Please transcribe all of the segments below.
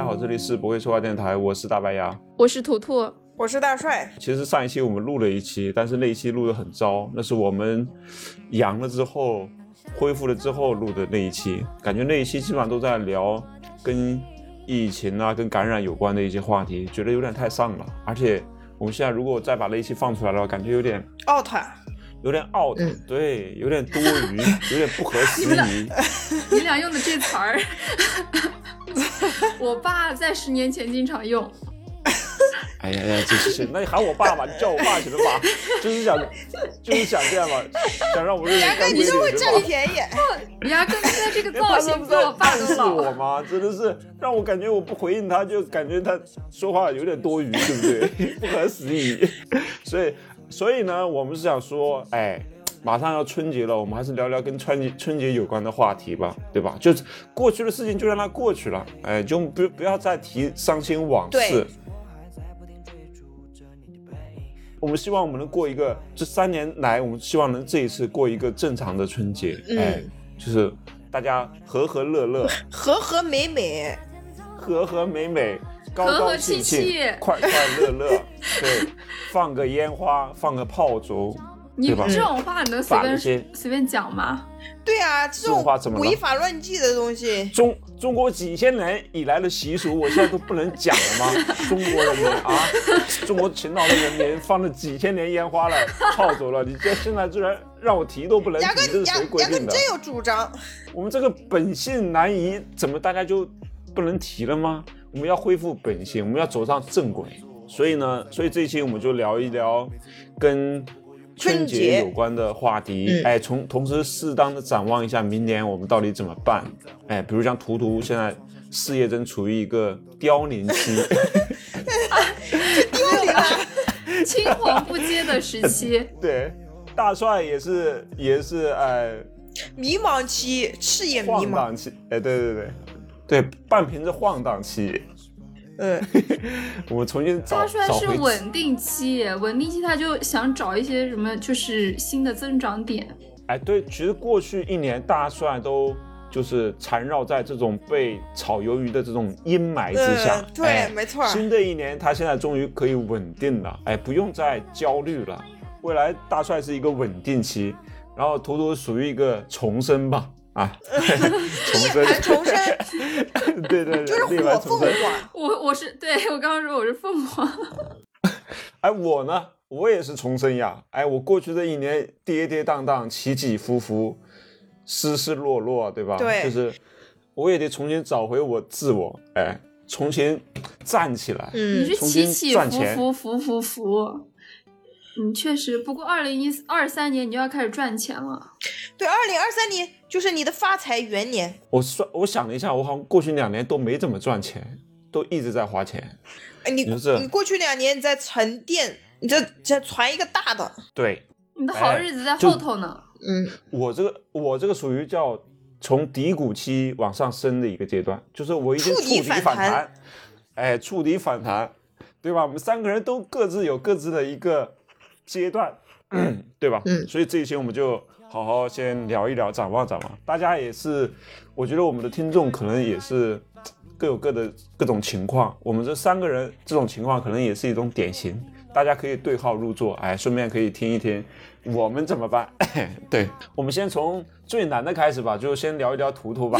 家好，这里是不会说话电台，我是大白牙， 我是图图， 我是大帅。 其实上一期我们录了一期，但是那一期录得很糟，那是我们阳了之后恢复了之后录的那一期，感觉那一期基本上都在聊跟疫情啊跟感染有关的一些话题，觉得有点太丧了，而且我们现在如果再把那一期放出来的话，感觉有点 out， 对，有点多余，有点不合时宜。 你俩用的这词儿我爸在10年前经常用。 哎呀，这那你喊我爸吧，你叫我爸行了吧？就是想这样嘛，想让我认识干闺女。 你就会占便宜。 你丫跟现在这个造型比我爸都老。 我吗？真的是让我感觉我不回应他，就感觉他说话有点多余，对不对？不合时宜。所以呢，我们是想说，马上要春节了，我们还是聊聊跟春节有关的话题吧，对吧？就是过去的事情就让它过去了，就不要再提伤心往事。我们希望我们能过一个，这3年来，我们希望能这一次过一个正常的春节，就是大家和和乐乐， 和和美美， 高高兴兴，快快乐乐，对，放个烟花，放个炮竹。 你这种话能随便讲吗？ 对啊，这种违法乱纪的东西， 中国几千年以来的习俗，我现在都不能讲了吗？中国人民啊，中国勤劳的人民放了几千年烟花了，炮竹了，你这现在居然让我提都不能提，这是谁规定的？ 牙哥真有主张。 我们这个本性难移，怎么大家就不能提了吗？我们要恢复本性，我们要走上正轨。所以这一期我们就聊一聊跟春节有关的话题，同时适当的展望一下明年我们到底怎么办，比如像图图现在事业正处于一个凋零期， 凋零了， 青黄不接的时期。 对，大帅也是迷茫期，事业迷茫， 晃荡期，对，半瓶子晃荡期。我们重新大帅是稳定期，他就想找一些什么就是新的增长点。 对，其实过去1年大帅都就是缠绕在这种被炒鱿鱼的这种阴霾之下， 对，没错。 新的1年他现在终于可以稳定了，不用再焦虑了。未来大帅是一个稳定期，然后图图属于一个重生吧。 重生对， 就是火凤凰。 我刚刚说我是凤凰。 我呢，我也是重生呀。我过去这1年跌跌荡荡，起起伏伏，失失落落，对吧？ 对， 就是我也得重新找回我自我，重新站起来。 你是起起伏伏。确实，不过2023年你就要开始赚钱了。 对，2023年就是你的发财元年。 我想了一下，我好像过去2年都没怎么赚钱，都一直在花钱。 你过去2年你在沉淀，你在传一个大的。 对， 你的好日子在后头呢。 我这个属于叫从低谷期往上升的一个阶段，就是我已经触底反弹，触底反弹，对吧？我们3个人都各自有各自的一个阶段，对吧？所以这一期我们就好好先聊一聊，展望。大家也是，我觉得我们的听众可能也是各有各种情况，我们这3个人这种情况可能也是一种典型，大家可以对号入座，顺便可以听一听我们怎么办。对，我们先从最难的开始吧，就先聊一聊图图吧。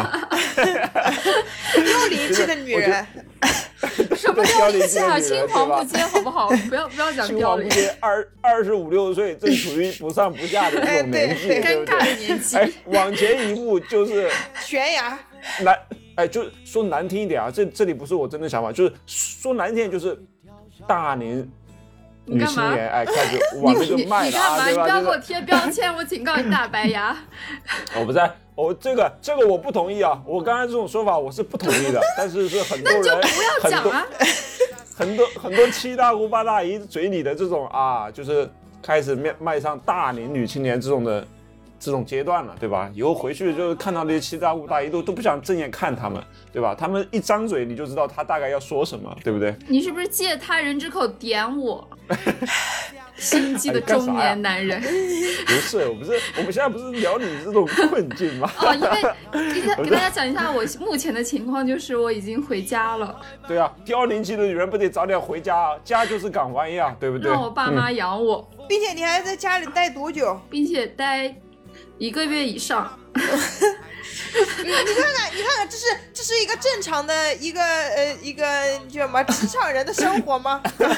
凋零期的女人。 什么凋零期啊？青黄不接，好不好？不要讲凋零。 青黄不接，25、6岁正处于不上不下的这种年纪， 尴尬的年纪。 往前一步就是悬崖。 就说难听一点啊，这里不是我真的想法，就是说难听点就是大龄女青年开始往这个迈了。 你干嘛？ 对吧？ 你不要给我贴标签，我警告你大白牙。 我不在。这个我不同意啊！我刚才这种说法我是不同意的，但是很多人那就不要讲啊。 很多七大姑八大姨嘴里的这种就是开始迈上大龄女青年这种阶段了，对吧？以后回去就是看到那些七大姑大姨都不想正眼看他们，对吧？他们一张嘴你就知道他大概要说什么，对不对？ 你是不是借他人之口点我？ 心机的中年男人。 不是，我们现在不是聊你这种困境吗？ 因为给大家讲一下我目前的情况，就是我已经回家了。 对啊，凋零期的女人不得早点回家啊，家就是港湾呀，对不对？ 让我爸妈养我， 并且你还在家里待多久？ 并且待1个月以上。 你看看，这是一个正常的一个叫什么职场人的生活吗？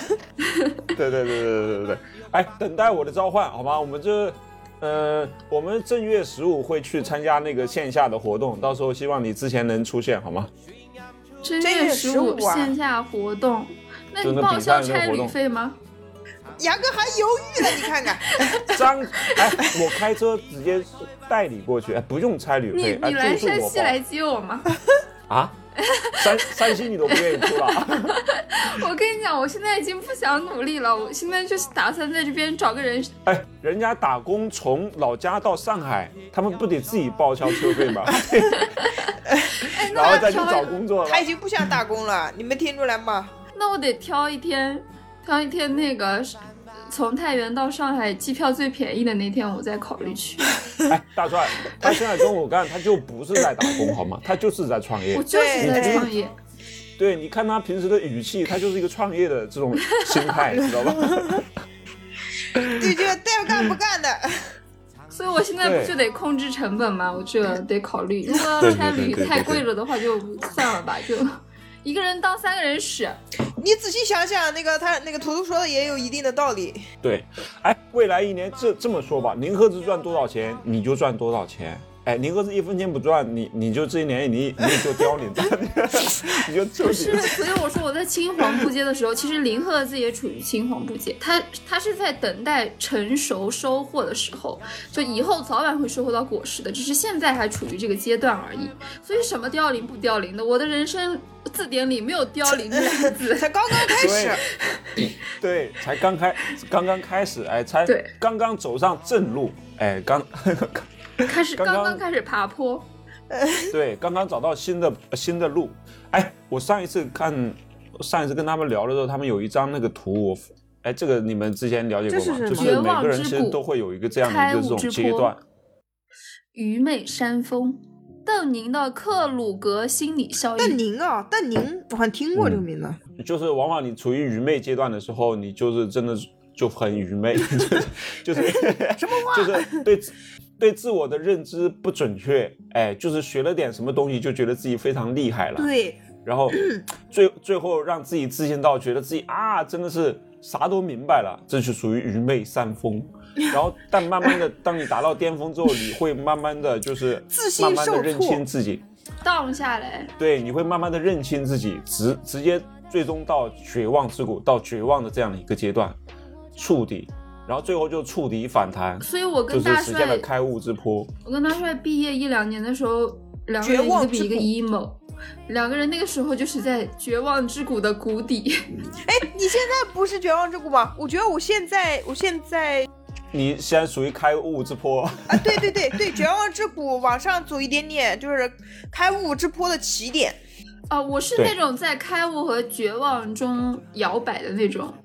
对，哎，等待我的召唤，好吗？我们正月15会去参加那个线下的活动，到时候希望你之前能出现，好吗？ 正月15线下活动，那你报销差旅费吗？ 杨哥还犹豫了，你看看。 我开车直接带你过去，不用差旅费。 你来山西来接我吗？ 啊？山西你都不愿意出了？ 我跟你讲，我现在已经不想努力了，我现在就是打算在这边找个人。 人家打工从老家到上海，他们不得自己报销车费吗？然后再去找工作了。 他已经不想打工了，你们听出来吗？ 那我得挑一天那个从太原到上海机票最便宜的那天，我再考虑去。 大帅，他现在跟我干，他就不是在打工好吗？他就是在创业。 我就是在创业。 对，你看他平时的语气，他就是一个创业的这种心态，知道吧？ 你觉得带干不干的？ 所以我现在不就得控制成本吗？我这得考虑，如果差旅太贵了的话，就算了吧，就一个人当3个人使。 你仔细想想，他那个图图说的也有一定的道理。 对，未来1年这么说吧，宁赫兹赚多少钱，你就赚多少钱。宁赫兹1分钱不赚，你就这一年你也就凋零，你就不是。所以我说我在青黄不接的时候，其实林赫兹也处于青黄不接，他是在等待成熟收获的时候，就以后早晚会收获到果实的，只是现在还处于这个阶段而已。所以什么凋零不凋零的，我的人生字典里没有凋零这两个字， 才刚刚开始。 对，才刚开始，才刚刚走上正路，刚刚开始爬坡。 对，刚刚找到新的路。我上一次跟他们聊的时候，他们有一张那个图，这个你们之前了解过吗？就是每个人其实都会有一个这样的一个这种阶段。 虞美山峰，邓宁的克鲁格心理效应。 邓宁我好像听过这个名字。 就是往往你处于愚昧阶段的时候，你就是真的就很愚昧，就是什么话？ 就是对自我的认知不准确，就是学了点什么东西就觉得自己非常厉害了， 对， 然后最后让自己自信到觉得自己真的是啥都明白了，这就属于愚昧山峰。然后但慢慢的当你达到巅峰之后，你会慢慢的就是慢慢的认清自己荡下来， 对，你会慢慢的认清自己，直接最终到绝望之谷，到绝望的这样的一个阶段触底，然后最后就触底反弹。 所以我跟大帅就是实现了开悟之坡。 我跟大帅毕业1-2年的时候，两个人一个比一个 emo， 两个人那个时候就是在绝望之谷的谷底。 你现在不是绝望之谷吗？我觉得我现在你现在属于开悟之坡对，绝望之谷往上走一点点，就是开悟之坡的起点。 我是那种在开悟和绝望中摇摆的那种。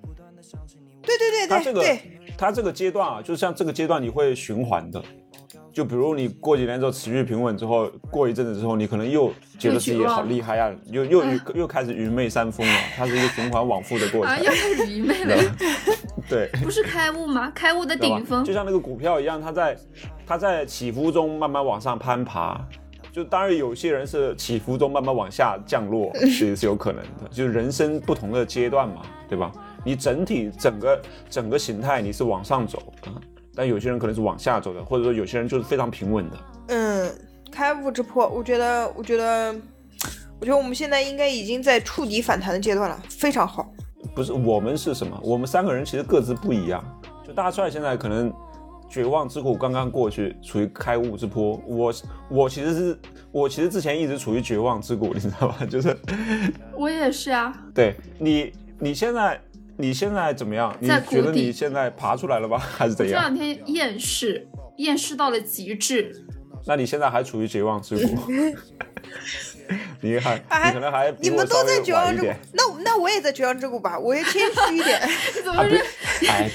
对， 它这个阶段就像这个阶段你会循环的，就比如你过几年之后持续平稳之后，过一阵子之后，你可能又觉得自己好厉害呀，又开始愚昧山峰了。它是一个循环往复的过程。 又开始愚昧了。 对， 不是开悟吗？开悟的顶峰， 就像那个股票一样，它在起伏中慢慢往上攀爬。就当然有些人是起伏中慢慢往下降落，是有可能的。就是人生不同的阶段嘛，对吧？你整体整个形态你是往上走，但有些人可能是往下走的，或者说有些人就是非常平稳的。 开悟之坡，我觉得我们现在应该已经在触底反弹的阶段了，非常好。 不是，我们是什么？我们3个人其实各自不一样。就大帅现在可能绝望之谷刚刚过去，处于开悟之坡。我其实之前一直处于绝望之谷，你知道吧？就是我也是啊。 对，你现在怎么样？你觉得你现在爬出来了吗？还是怎样？ 这2天厌世到了极致。 那你现在还处于绝望之谷？你可能还你们都在绝望之谷，那我也在绝望之谷吧，我也谦虚一点。 怎么是？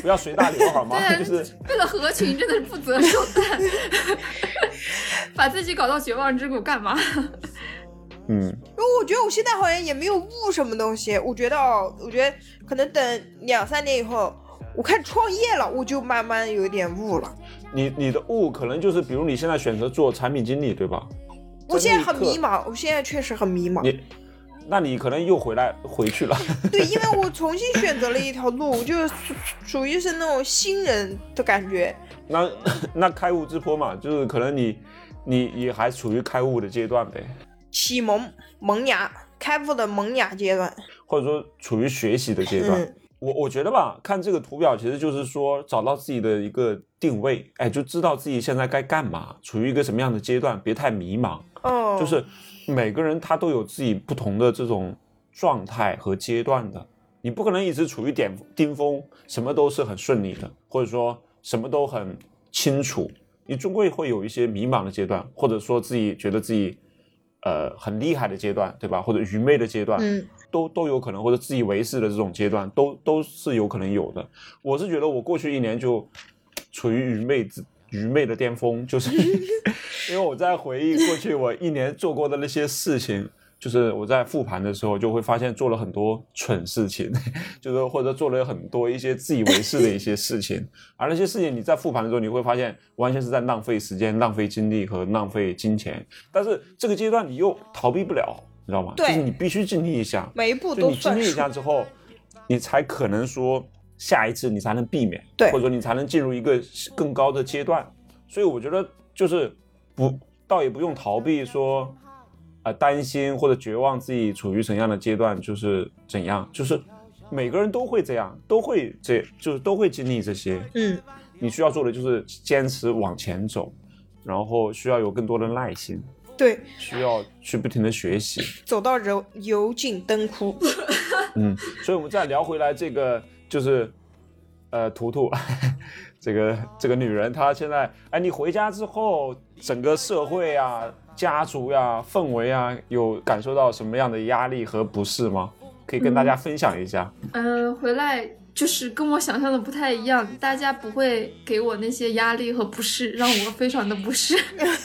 不要随大流好吗？就是为了合群真的是不择手段，把自己搞到绝望之谷干嘛？ 我觉得我现在好像也没有悟什么东西。我觉得可能等2-3年以后，我开始创业了，我就慢慢有点悟了。 你的悟可能就是比如你现在选择做产品经理，对吧？ 我现在很迷茫，我现在确实很迷茫。 那你可能又回去了。 对，因为我重新选择了一条路，就是属于是那种新人的感觉。 那开悟之坡嘛，就是可能你还处于开悟的阶段呗， 启萌芽开悟的萌芽阶段， 或者说处于学习的阶段。我觉得吧，看这个图表其实就是说找到自己的一个定位，就知道自己现在该干嘛，处于一个什么样的阶段，别太迷茫。就是每个人他都有自己不同的这种状态和阶段的，你不可能一直处于顶峰，什么都是很顺利的，或者说什么都很清楚，你终归会有一些迷茫的阶段，或者说自己觉得自己很厉害的阶段，对吧？或者愚昧的阶段，都有可能，或者自以为是的这种阶段，都是有可能有的。我是觉得我过去1年就处于愚昧的巅峰，就是因为我在回忆过去我1年做过的那些事情，就是我在复盘的时候就会发现做了很多蠢事情，就是或者做了很多一些自以为是的一些事情，而那些事情你在复盘的时候你会发现完全是在浪费时间、浪费精力和浪费金钱，但是这个阶段你又逃避不了，你知道吗？就是你必须经历一下， 每一步都算数。 你经历一下之后，你才可能说下一次你才能避免， 对， 或者说你才能进入一个更高的阶段。所以我觉得就是倒也不用逃避说担心或者绝望自己处于怎样的阶段就是怎样，就是每个人都会这样，就是都会经历这些。你需要做的就是坚持往前走，然后需要有更多的耐心， 对， 需要去不停的学习， 走到油尽灯枯。 所以我们再聊回来这个就是图图这个女人，她现在你回家之后整个社会啊、家族呀、氛围啊，有感受到什么样的压力和不适吗？可以跟大家分享一下。 回来就是跟我想象的不太一样，大家不会给我那些压力和不适，让我非常的不适。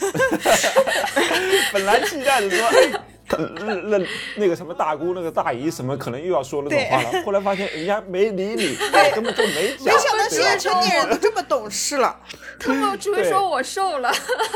本来期待着说那个什么大姑那个大姨什么可能又要说那种话了，后来发现人家没理你，根本就没讲。 没想到现在成年人都这么懂事了。 他们只会说我瘦了。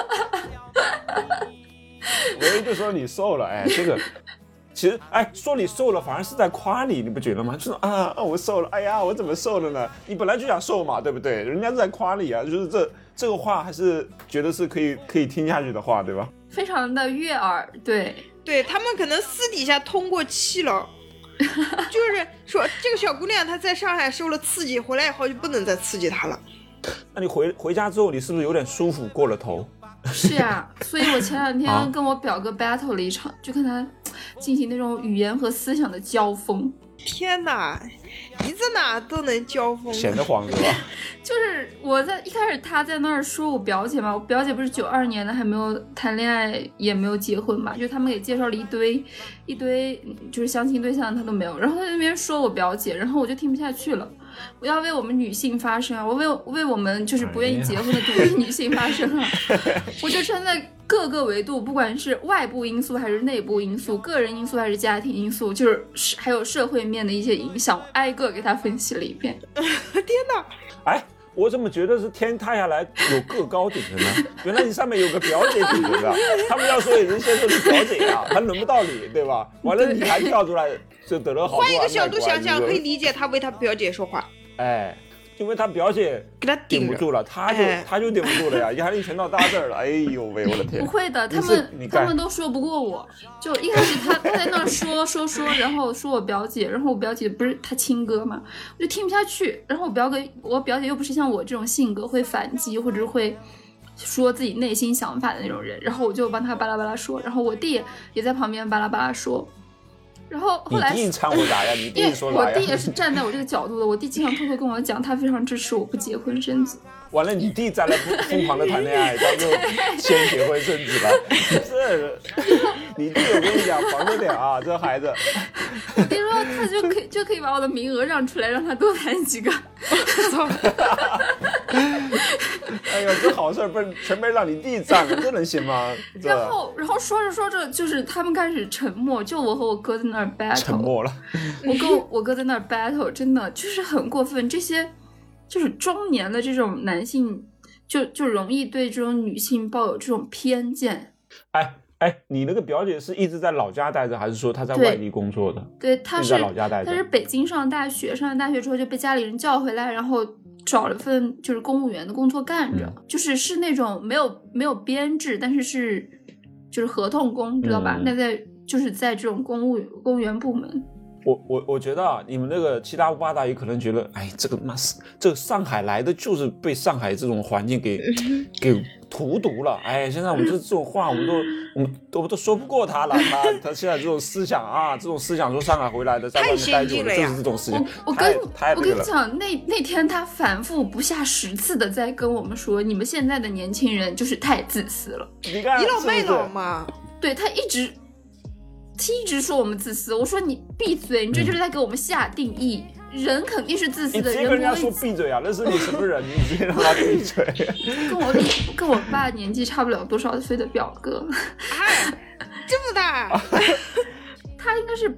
唯一就说你瘦了，这个其实说你瘦了反而是在夸你，你不觉得吗？就说我瘦了，哎呀我怎么瘦了呢？你本来就想瘦嘛，对不对？人家是在夸你啊，就是这个话还是觉得是可以听下去的话，对吧？ 非常的悦耳。 对，他们可能私底下通过气了，就是说这个小姑娘她在上海受了刺激，回来以后就不能再刺激她了。 那你回家之后你是不是有点舒服过了头？ 是呀，所以我前2天跟我表哥 battle 了一场，就跟他进行那种语言和思想的交锋。 天哪，你在哪都能交锋， 闲得慌是吧？ 就是我在一开始他在那儿说我表姐嘛，我表姐不是92年的，还没有谈恋爱也没有结婚嘛，就他们给介绍了一堆就是相亲对象他都没有，然后他在那边说我表姐，然后我就听不下去了，我要为我们女性发声啊，我为我们就是不愿意结婚的独立女性发声啊。我就站在各个维度，不管是外部因素还是内部因素，个人因素还是家庭因素，就是还有社会面的一些影响，我挨个给他分析了一遍。 天哪！ 我怎么觉得是天塌下来有个高顶的呢？原来你上面有个表姐顶着的，他们要说也是先说你表姐呀，还轮不到你，对吧？完了你还跳出来，就得了好多。 换一个角度想想，可以理解他为他表姐说话。 因为他表姐给他顶不住了，他就顶不住了呀，压力全到大这儿了。哎呦喂，我的天！ 不会的，他们都说不过我。就一开始他在那说，然后说我表姐，然后我表姐不是他亲哥嘛，我就听不下去。然后我表姐又不是像我这种性格会反击或者会说自己内心想法的那种人，然后我就帮他巴拉巴拉说，然后我弟也在旁边巴拉巴拉说。然后后来你弟掺和啥呀？你弟说啥呀？ 我弟也是站在我这个角度的，我弟经常偷偷跟我讲，他非常支持我不结婚生子。 完了你弟再来疯狂的谈恋爱，咱就先结婚生子了。这你弟我跟你讲防着点啊，这孩子。 我弟说他就可以把我的名额让出来，让他多谈几个。 哎呦，这好事不是全被让你弟占了，这能行吗？ 然后说着说着，就是他们开始沉默，就我和我哥在那儿 battle。 沉默了。 我哥在那儿 battle， 真的就是很过分。这些就是中年的这种男性，就容易对这种女性抱有这种偏见。 哎，你那个表姐是一直在老家待着，还是说她在外地工作的？ 对，她是在老家待着。 她是北京上大学，上了大学之后就被家里人叫回来，然后找了份就是公务员的工作干着，就是那种没有编制，但是就是合同工，知道吧？那就是在这种公务员部门。 我觉得啊，你们那个七大八大也可能觉得，哎，这个上海来的就是被上海这种环境给荼毒了。哎，现在我们这种话，我们都说不过他了。他现在这种思想啊，这种思想说上海回来的，在外面待久了就是这种事情。 我跟你讲，那天他反复不下10次的在跟我们说，你们现在的年轻人就是太自私了。 你看， 倚老卖老嘛。 对，他一直说我们自私，我说你闭嘴，你这就是在给我们下定义。人肯定是自私的， 你直接跟人家说闭嘴啊！那是你什么人？你直接让他闭嘴。 跟我爸年纪差不了多少岁的表哥， 这么大？ 他应该是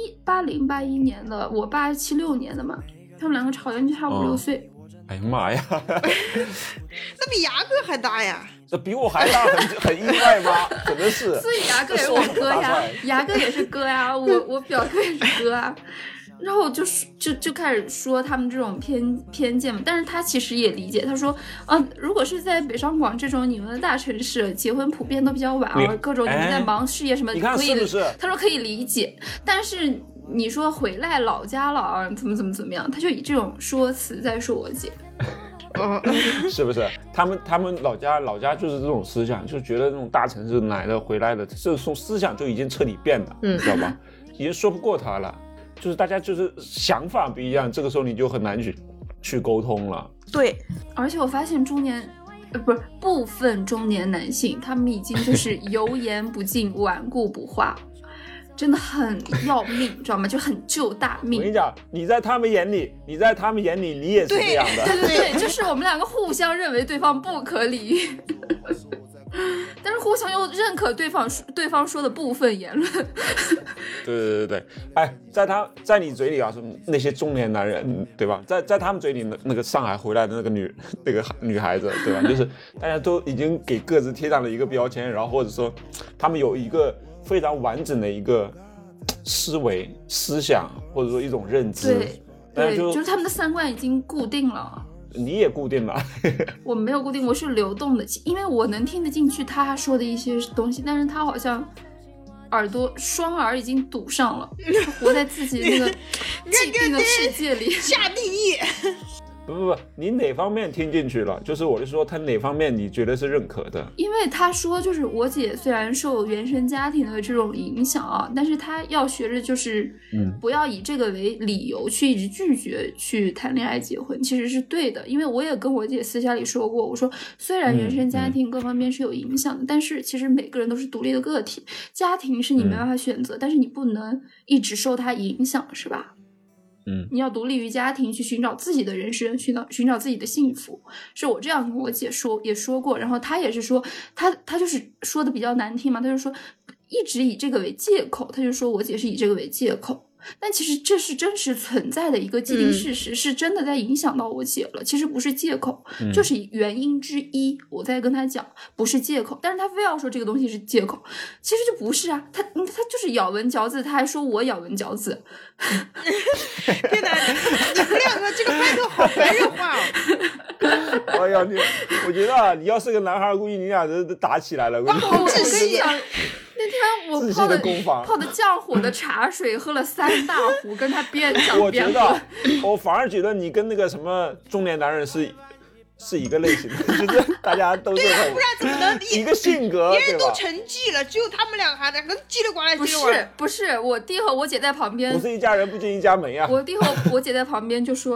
80、81年的，我爸76年的嘛，他们两个吵架就差5、6岁。 哎呀妈呀！ 那比牙哥还大呀！ 这比我还大，很意外吗？可能是。 所以牙哥也是我哥呀，牙哥也是哥呀，我表哥也是哥啊。然后就开始说他们这种偏见嘛，但是他其实也理解，他说如果是在北上广这种你们的大城市，结婚普遍都比较晚各种你们在忙事业什么， 你看是不是？ 他说可以理解，但是你说回来老家了怎么样，他就以这种说辞在说我姐。 是不是？他们老家就是这种思想，就觉得这种大城市来的回来的，这种思想就已经彻底变了，知道吧？已经说不过他了。就是大家就是想法不一样，这个时候你就很难去沟通了。 对， 而且我发现部分中年男性，他们已经就是油盐不进，顽固不化，真的很要命，知道吗？就很救大命。 我跟你讲，你在他们眼里你也是这样的。 对，就是我们两个互相认为对方不可理喻。但是互相又认可对方说的部分言论。 对，哎，在你嘴里啊，那些中年男人，对吧？在他们嘴里，那个上海回来的那个女孩子，对吧？就是大家都已经给各自贴上了一个标签，然后或者说他们有一个非常完整的一个思维、思想，或者说一种认知。 对，就是他们的三观已经固定了。 你也固定了。 我没有固定，我是流动的，因为我能听得进去他说的一些东西，但是他好像双耳已经堵上了，他活在自己那个既定的世界里下定义。 不，你哪方面听进去了？就是我就说他哪方面你觉得是认可的？ 因为他说就是我姐虽然受原生家庭的这种影响啊，但是她要学着就是不要以这个为理由去一直拒绝去谈恋爱结婚，其实是对的。因为我也跟我姐私下里说过，我说虽然原生家庭各方面是有影响的，但是其实每个人都是独立的个体，家庭是你没办法选择，但是你不能一直受它影响，是吧？你要独立于家庭，去寻找自己的人生，寻找自己的幸福，是我这样跟我姐也说过。然后她也是说，她就是说的比较难听嘛，她就说一直以这个为借口，她就说我姐是以这个为借口。但其实这是真实存在的一个既定事实，是真的在影响到我姐了。其实不是借口，就是原因之一。我在跟她讲，不是借口，但是她非要说这个东西是借口，其实就不是啊。她就是咬文嚼字，她还说我咬文嚼字。 天哪，你们两个这个态度好白热化哦！ 哎呀，我觉得啊，你要是个男孩，估计你俩都打起来了。我跟你讲。那天我泡的降火的茶水喝了3大壶，跟他边讲边喝。 我反而觉得你跟那个什么中年男人是一个类型的，就是大家都是对，不然怎么能一个性格？ 别人都成绩了，只有他们两个还在叽里呱啦叽里呱啦。 不是，我弟和我姐在旁边， 不是一家人不进一家门呀。 我弟和我姐在旁边就说，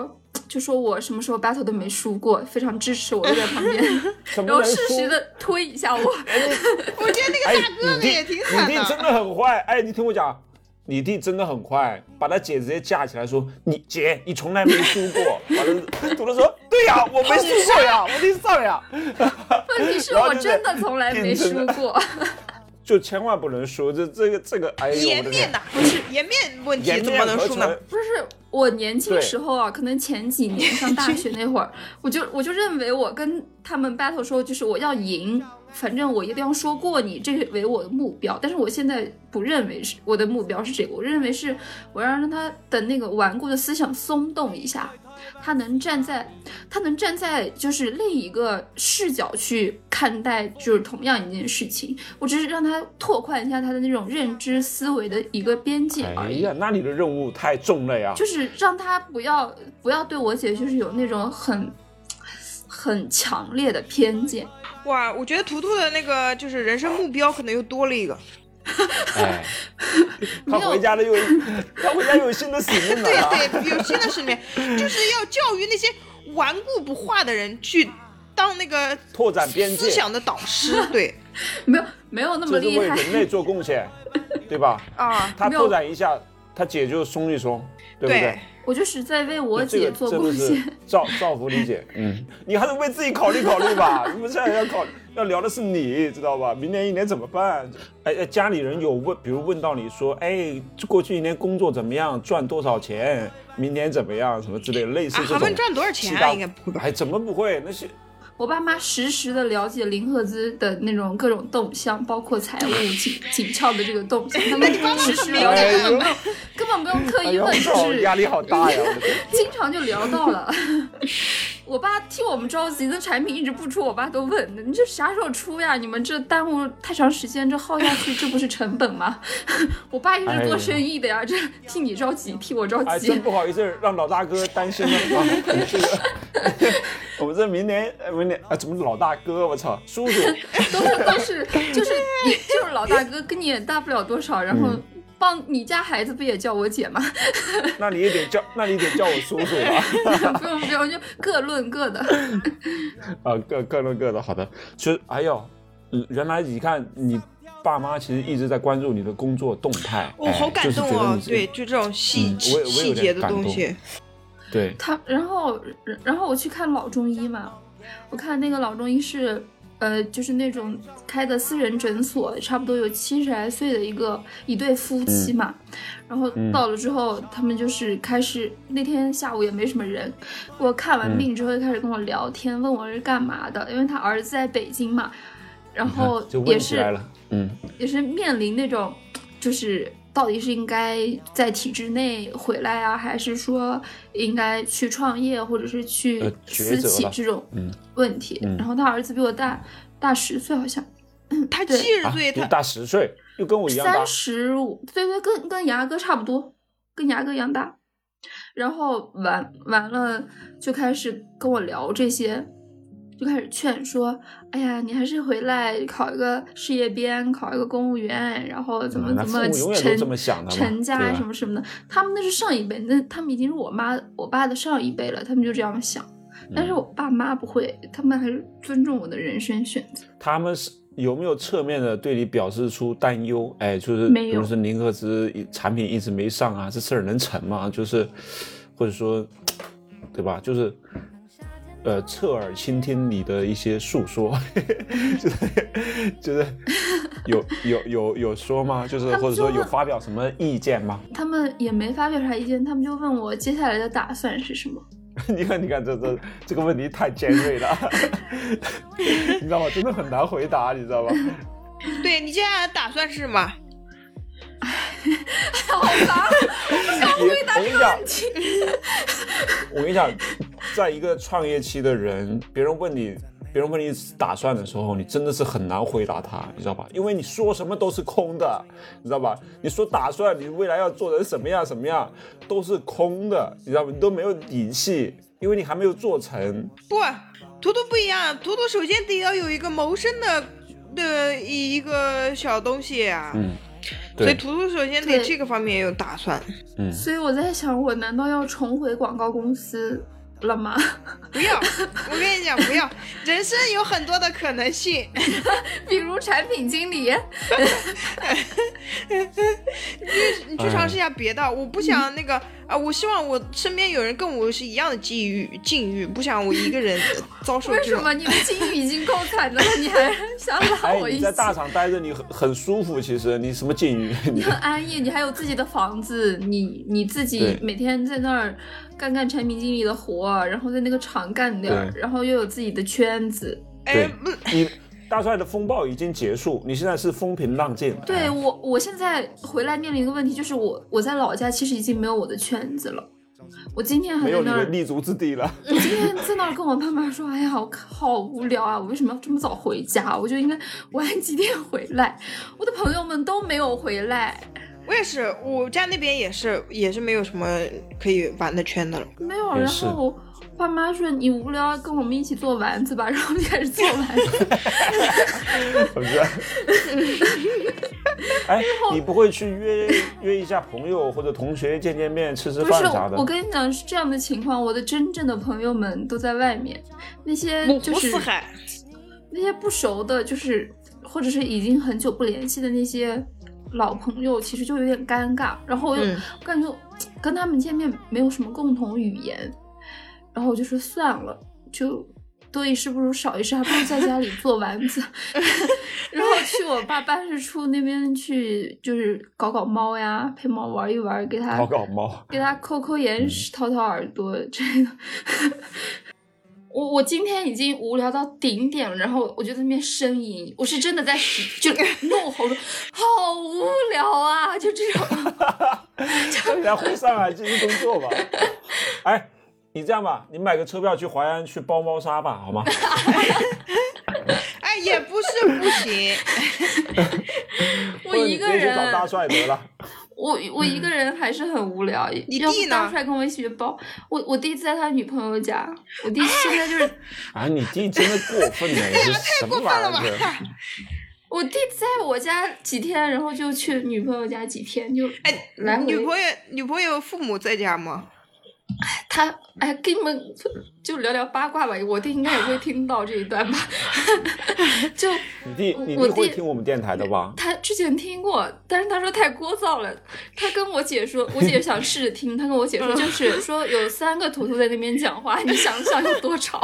就说我什么时候 battle 都没输过，非常支持我，就在旁边，然后适时的推一下我。 我觉得那个大哥哥也挺惨的。 你弟真的很坏，哎，你听我讲，你弟真的很坏，把他姐直接架起来说，姐你从来没输过。完了，图图说，对呀，我没输过呀，我弟上呀。 问题是我真的从来没输过。 就千万不能输，这个，哎呦， 颜面呐，不是颜面问题，怎么能输呢？ 不是我年轻时候啊，可能前几年上大学那会儿，我就认为我跟他们 battle 说，就是我要赢，反正我一定要说过你，这为我的目标。但是我现在不认为是我的目标是这个，我认为是我要让他的那个顽固的思想松动一下。他能站在就是另一个视角去看待就是同样一件事情，我只是让他拓宽一下他的那种认知思维的一个边界而已。 哎呀，那你的任务太重了呀！ 就是让他不要对我姐就是有那种很强烈的偏见。 哇，我觉得图图的那个就是人生目标可能又多了一个。 哎，他回家有新的使命了。 对，有新的使命，就是要教育那些顽固不化的人去当那个拓展边界思想的导师。对， 没有那么厉害， 这是为人类做贡献，对吧？ 啊， 他拓展一下，他姐就松一松，对不对？ 我就是在为我姐做贡献。 造福你姐，你还是为自己考虑考虑吧。你们现在要聊的是你，知道吧？明年一年怎么办？哎，家里人有问，比如问到你说，哎，过去一年工作怎么样，赚多少钱，明年怎么样，什么之类的，类似这种。 他们赚多少钱啊？应该不会吧？ 哎，怎么不会？那些。 我爸妈实时的了解林赫兹的那种各种动向，包括财务紧俏的这个动向，他们实时了解，根本不用特意问，就是压力好大呀， 经常就聊到了。我爸替我们着急的产品一直不出，我爸都问你这啥时候出呀？你们这耽误太长时间，这耗下去这不是成本吗？我爸也是做生意的呀，这替你着急，替我着急。 哎，真不好意思让老大哥担心了啊！这个，我们这明年啊，怎么老大哥？我操，叔叔都是就是老大哥，跟你也大不了多少，然后。帮你家孩子不也叫我姐吗？ 那你也得叫我叔叔吧。 不用，就各论各的。 啊，各论各的，好的。其实，哎呦，原来你看你爸妈其实一直在关注你的工作动态， 我好感动哦。对，就这种细节的东西。 对。 然后我去看老中医嘛，我看那个老中医是。就是那种开的私人诊所，差不多有70来岁的一对夫妻嘛，然后到了之后，他们就是开始那天下午也没什么人，我看完病之后就开始跟我聊天，问我是干嘛的，因为他儿子在北京嘛，然后也是也是面临那种就是到底是应该在体制内回来啊，还是说应该去创业或者是去私企这种问题。然后他儿子比我大10岁好像， 他70岁，他大10岁，又跟我一样大。 35，对，跟牙哥差不多，跟牙哥一样大。然后完了就开始跟我聊这些。就开始劝说，哎呀，你还是回来考一个事业编，考一个公务员，然后怎么成家什么什么的。他们那是上一辈，那他们已经是我爸的上一辈了，他们就这样想。但是我爸妈不会，他们还是尊重我的人生选择。 他们是有没有侧面的对你表示出担忧？哎，就是比如说林赫兹产品一直没上啊，这事儿能成吗？就是或者说，对吧？就是侧耳倾听你的一些诉说，就是有说吗？就是或者说有发表什么意见吗？ 他们也没发表啥意见，他们就问我接下来的打算是什么。 你看，这个问题太尖锐了，你知道吗？真的很难回答，你知道吗？ 对，你接下来打算是什么？ 好烦，我不想回答这个问题。 我跟你讲，在一个创业期的人，别人问你打算的时候，你真的是很难回答他，你知道吧？因为你说什么都是空的，你知道吧？你说打算，你未来要做成什么样都是空的，你知道吧？你都没有底气，因为你还没有做成。 不，图图不一样，图图首先得要有一个谋生的一个小东西啊。所以图图首先得这个方面有打算。 所以我在想，我难道要重回广告公司了吗？ 不要，我跟你讲，不要，人生有很多的可能性， 比如产品经理。 你去尝试一下别的。我不想那个我希望我身边有人跟我是一样的境遇，不想我一个人遭受这种。 为什么你的境遇已经够惨的了，你还想拉我一起？ 你在大厂待着，你很舒服，其实你什么境遇？ 你很安逸，你还有自己的房子，你自己每天在那儿干产品经理的活，然后在那个厂干点，然后又有自己的圈子。 对，你大帅的风暴已经结束，你现在是风平浪静。 对，我现在回来面临一个问题，就是我在老家其实已经没有我的圈子了。我今天还在那儿没有你的立足之地了。 我今天在那儿跟我爸妈说，哎呀，我好无聊啊！我为什么要这么早回家？我就应该晚几点回来。我的朋友们都没有回来。 我也是，我家那边也是没有什么可以玩的圈的了。 没有，然后爸妈说你无聊，跟我们一起做丸子吧，然后就开始做丸子。 不是。哎，你不会去约一下朋友或者同学见面吃饭啥的？ 不是，我跟你讲是这样的情况，我的真正的朋友们都在外面，那些就是那些不熟的，就是或者是已经很久不联系的那些老朋友，其实就有点尴尬。然后我感觉跟他们见面没有什么共同语言，然后我就说算了，就多一事不如少一事，还不如在家里做丸子。然后去我爸办事处那边去，就是搞猫呀，陪猫玩一玩，给它搞猫， 给它抠眼屎，掏耳朵之类的。我今天已经无聊到顶点了，然后我就在那边呻吟，我是真的在就怒吼说好无聊啊，就这种。 人家回上海继续工作吧。哎，你这样吧，你买个车票去淮安去包猫砂吧，好吗？ 哎，也不是不行。 我一个人去找大帅得了。 我一个人还是很无聊。 你弟呢？ 大帅跟我一起去包。我弟在他女朋友家。我弟现在就是啊，你弟真的过分了，你是什么玩意儿？ 我弟在我家几天，然后就去女朋友家几天，就来回。 女朋友父母在家吗？ 他跟你们就聊聊八卦吧，我弟应该也会听到这一段吧。就你弟会听我们电台的吧？ 他之前听过，但是他说太聒噪了。他跟我姐说，我姐想试着听，他跟我姐说就是说有3个图图在那边讲话，你想想有多吵。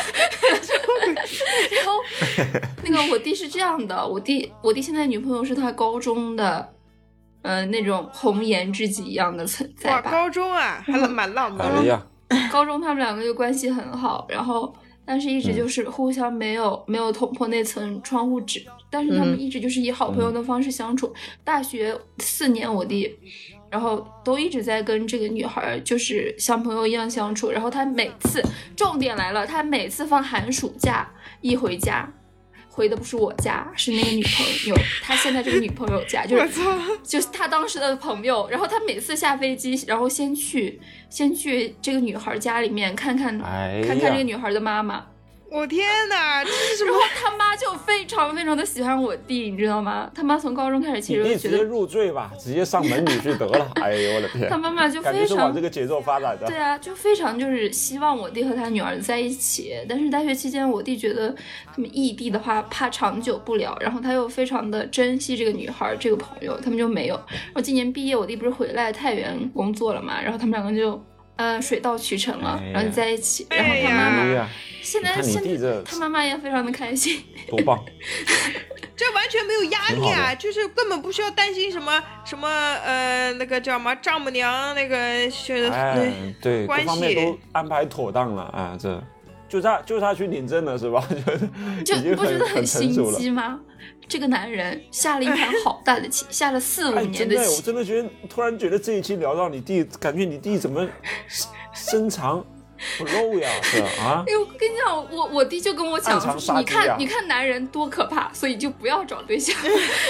然后那个我弟是这样的，我弟现在女朋友是他高中的。那种红颜知己一样的存在吧。 哇，高中啊，还蛮浪漫的。 高中他们2个就关系很好，然后但是一直就是互相没有捅破那层窗户纸，但是他们一直就是以好朋友的方式相处。大学4年我弟，然后都一直在跟这个女孩就是像朋友一样相处。然后他每次，重点来了，他每次放寒暑假一回家。回的不是我家，是那个女朋友，他现在这个女朋友家，就是他当时的朋友。然后他每次下飞机，然后先去这个女孩家里面看看这个女孩的妈妈。 我天哪，这是什么？ 然后他妈就非常非常的喜欢我弟，你知道吗？他妈从高中开始其实就觉得直接入赘吧，直接上门女婿得了。哎呦我的天！ 他妈妈就非常感觉是往这个节奏发展的。 对啊，就非常就是希望我弟和他女儿在一起。但是大学期间，我弟觉得他们异地的话怕长久不了，然后他又非常的珍惜这个女孩这个朋友，他们就没有。然后今年毕业，我弟不是回来太原工作了嘛，然后他们2个就。水到渠成了，然后就在一起。然后他妈妈现在他妈妈也非常的开心， 多棒！ 这完全没有压力啊，就是根本不需要担心什么那个叫什么丈母娘那个对， 关系各方面都安排妥当了啊，这就差去领证了是吧？ 就不觉得很心机吗？这个男人下了一盘好大的棋，下了4-5年的棋。 我真的觉得，突然觉得这一期聊到你弟，感觉你弟怎么深藏不露呀？是啊。 哎，我跟你讲，我弟就跟我讲，你看男人多可怕，所以就不要找对象。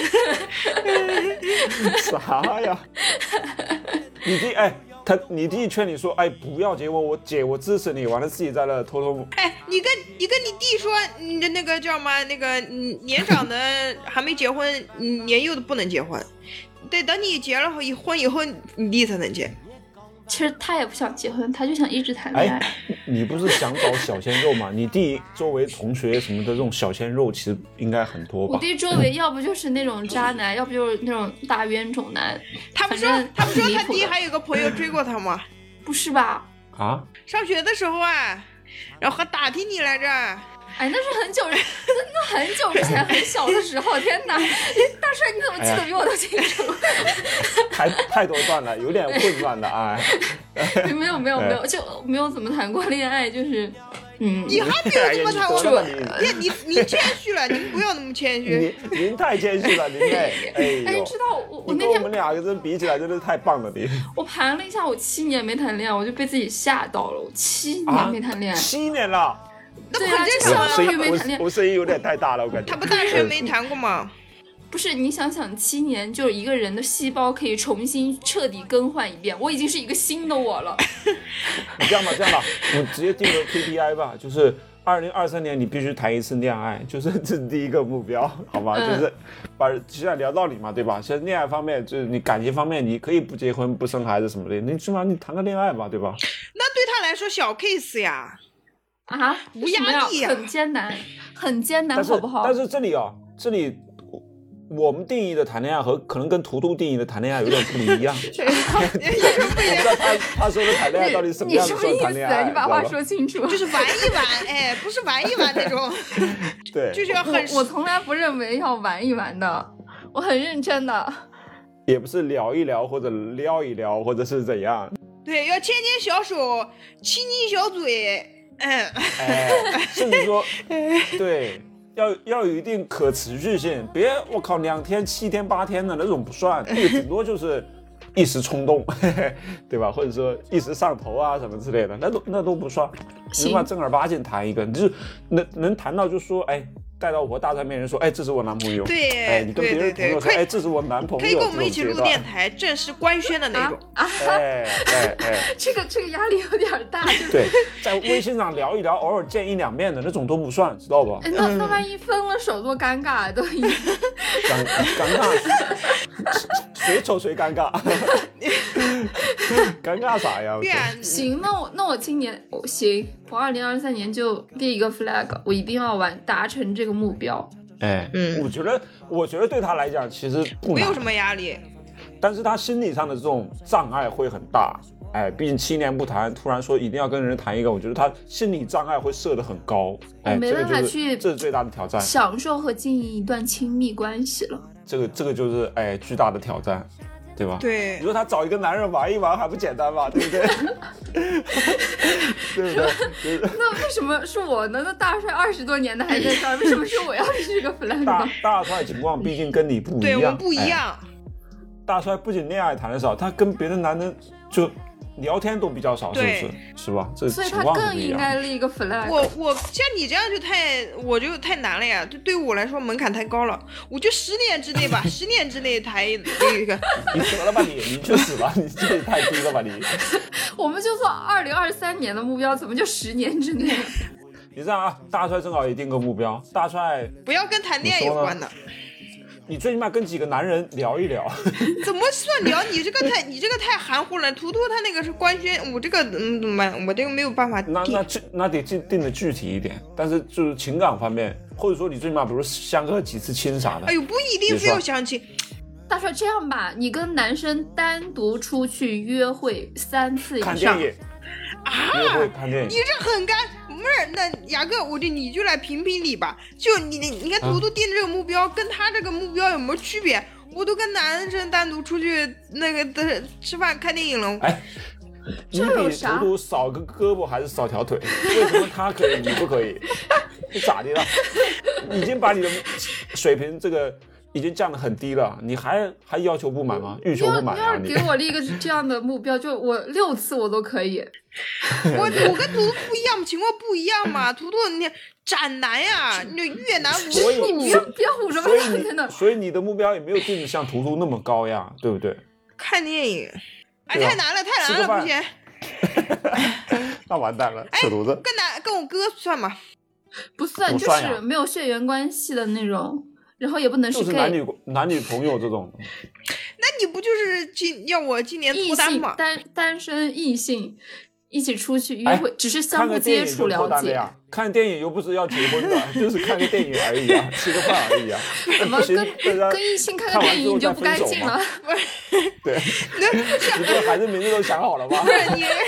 啥呀？你弟你弟劝你说，不要结婚，我支持你，完了自己在那偷偷。 你跟你弟说，你的那个叫什么？那个年长的还没结婚，年幼的不能结婚，得等你结了婚以后，你弟才能结。 其实他也不想结婚，他就想一直谈恋爱。 你不是想找小鲜肉吗？你弟周围同学什么的这种小鲜肉其实应该很多吧？ 我弟周围要不就是那种渣男，要不就是那种大冤种男。 他们说他弟还有个朋友追过他吗？ 不是吧？ 啊？ 上学的时候啊，然后还打听你来着。 哎，那是很久，那很久之前，很小的时候。天哪，大帅你怎么记得比我都清楚？ 太多段了，有点混乱的哎。 没有，就没有怎么谈过恋爱，就是。 你还没有怎么谈过？你谦虚了，您不要那么谦虚。 您太谦虚了，您哎你知道我那天跟我们两个人比起来，真的太棒了你。 我盘了一下，我7年没谈恋爱，我就被自己吓到了。我7年没谈恋爱 ，7年了。 对啊，这相当于没谈恋爱。 我声音有点太大了，我感觉。 他不大学没谈过吗？ 不是，你想想，7年就是一个人的细胞可以重新彻底更换一遍，我已经是一个新的我了。 你这样吧，我们直接定个 KPI 吧，就是2023年你必须谈1次恋爱，就是这是第一个目标，好吗？就是现在聊道理嘛，对吧？现在恋爱方面，就是你感情方面，你可以不结婚、不生孩子什么的，你起码你谈个恋爱吧，对吧？ 那对他来说小 case 呀。 啊， 无压力呀， 很艰难，好不好？ 但是这里我们定义的谈恋爱和可能跟图图定义的谈恋爱有点不一样。我不知道他说的谈恋爱到底什么样的算谈恋爱？ 你把话说清楚。 就是玩一玩，哎，不是玩一玩那种。 对， 就是要我从来不认为要玩一玩的，我很认真的。 也不是聊一聊或者撩一撩或者是怎样。 对，要牵牵小手，亲亲小嘴。 甚至说，对，要有一定可持续性，别我靠2天、7天、8天的那种不算，那个顶多就是一时冲动，对吧？或者说一时上头啊什么之类的，那都不算。你把正儿八经谈一个，你就能谈到就说，哎。带到我大帅面前说，哎，这是我男朋友。 对， 哎，你跟别人朋友说，哎，这是我男朋友。 可以跟我们一起录电台，正式官宣的那种。 这个压力有点大。 对，在微信上聊一聊，偶尔见1、2面的那种都不算，知道吧？ 那万一分了手多尴尬，都尴尬，谁丑谁尴尬。尴尬啥呀？ 行，那我今年行，我2023年就立一个 flag， 我一定要达成这个目标。 我觉得对他来讲其实没有什么压力， 但是他心理上的这种障碍会很大。哎，毕竟7年不谈，突然说一定要跟人谈一个，我觉得他心理障碍会设得很高。哎， 没办法去， 这是最大的挑战， 享受和经营一段亲密关系了。 这个就是巨大的挑战。对吧？ 对， 你说他找一个男人玩一玩还不简单吗？对不对？对不对？ 那为什么是我呢？那大帅20多年的还在这儿，为什么是我要立这个 flag 呢？ 大帅情况毕竟跟你不一样， 对，我们不一样。 大帅不仅恋爱谈得少，他跟别的男人就聊天都比较少，是不是？是吧？ 所以他更应该立一个 flag。 我像你这样我就太难了呀，就对我来说门槛太高了。我就10年之内吧，10年之内谈一个。 你得了吧你去死吧！你这也太低了吧你！ 我们就做2023年的目标，怎么就10年之内？ 你这样啊，大帅正好也定个目标，大帅不要跟谈恋爱有关的。 你最起码跟几个男人聊一聊。 怎么算聊？你这个太含糊了。图图他那个是官宣，我这个怎么办？我这个没有办法定。 那得定的具体一点，但是就是情感方面，或者说你最起码比如相个几次亲啥的。 哎呦，不一定非要相亲。 大帅，这样吧，你跟男生单独出去约会3次以上。 看电影啊？ 约会看电影？ 你这很干。不是，那雅哥，你就来评评理吧。就你看图图定这个目标，跟他这个目标有没有区别？我都跟男生单独出去那个吃饭看电影了。 哎，你比图图少个胳膊还是少条腿？为什么他可以你不可以？你咋的了？已经把你的水平这个已经降得很低了，你还要求不满吗？欲求不满啊！ 你要给我立一个这样的目标，就我6次我都可以。 我跟图图不一样，情况不一样嘛。图图你斩男呀，你越南无数。 你不要胡说八道，真的。 所以你的目标也没有定的像图图那么高呀，对不对？ 看电影，哎，太难了，不行。 那完蛋了，扯犊子。 跟我哥算吗？ 不算，就是没有血缘关系的那种。然后也不能是 gay， 就是男女朋友这种。 你不就是要我今年脱单吗？ 单身异性一起出去约会，只是相互接触了解。 看电影又不是要结婚的，就是看个电影而已啊，吃个饭而已啊。 怎么跟异性看个电影你就不干净了？ 对，你这孩子名字都想好了吗？ 不是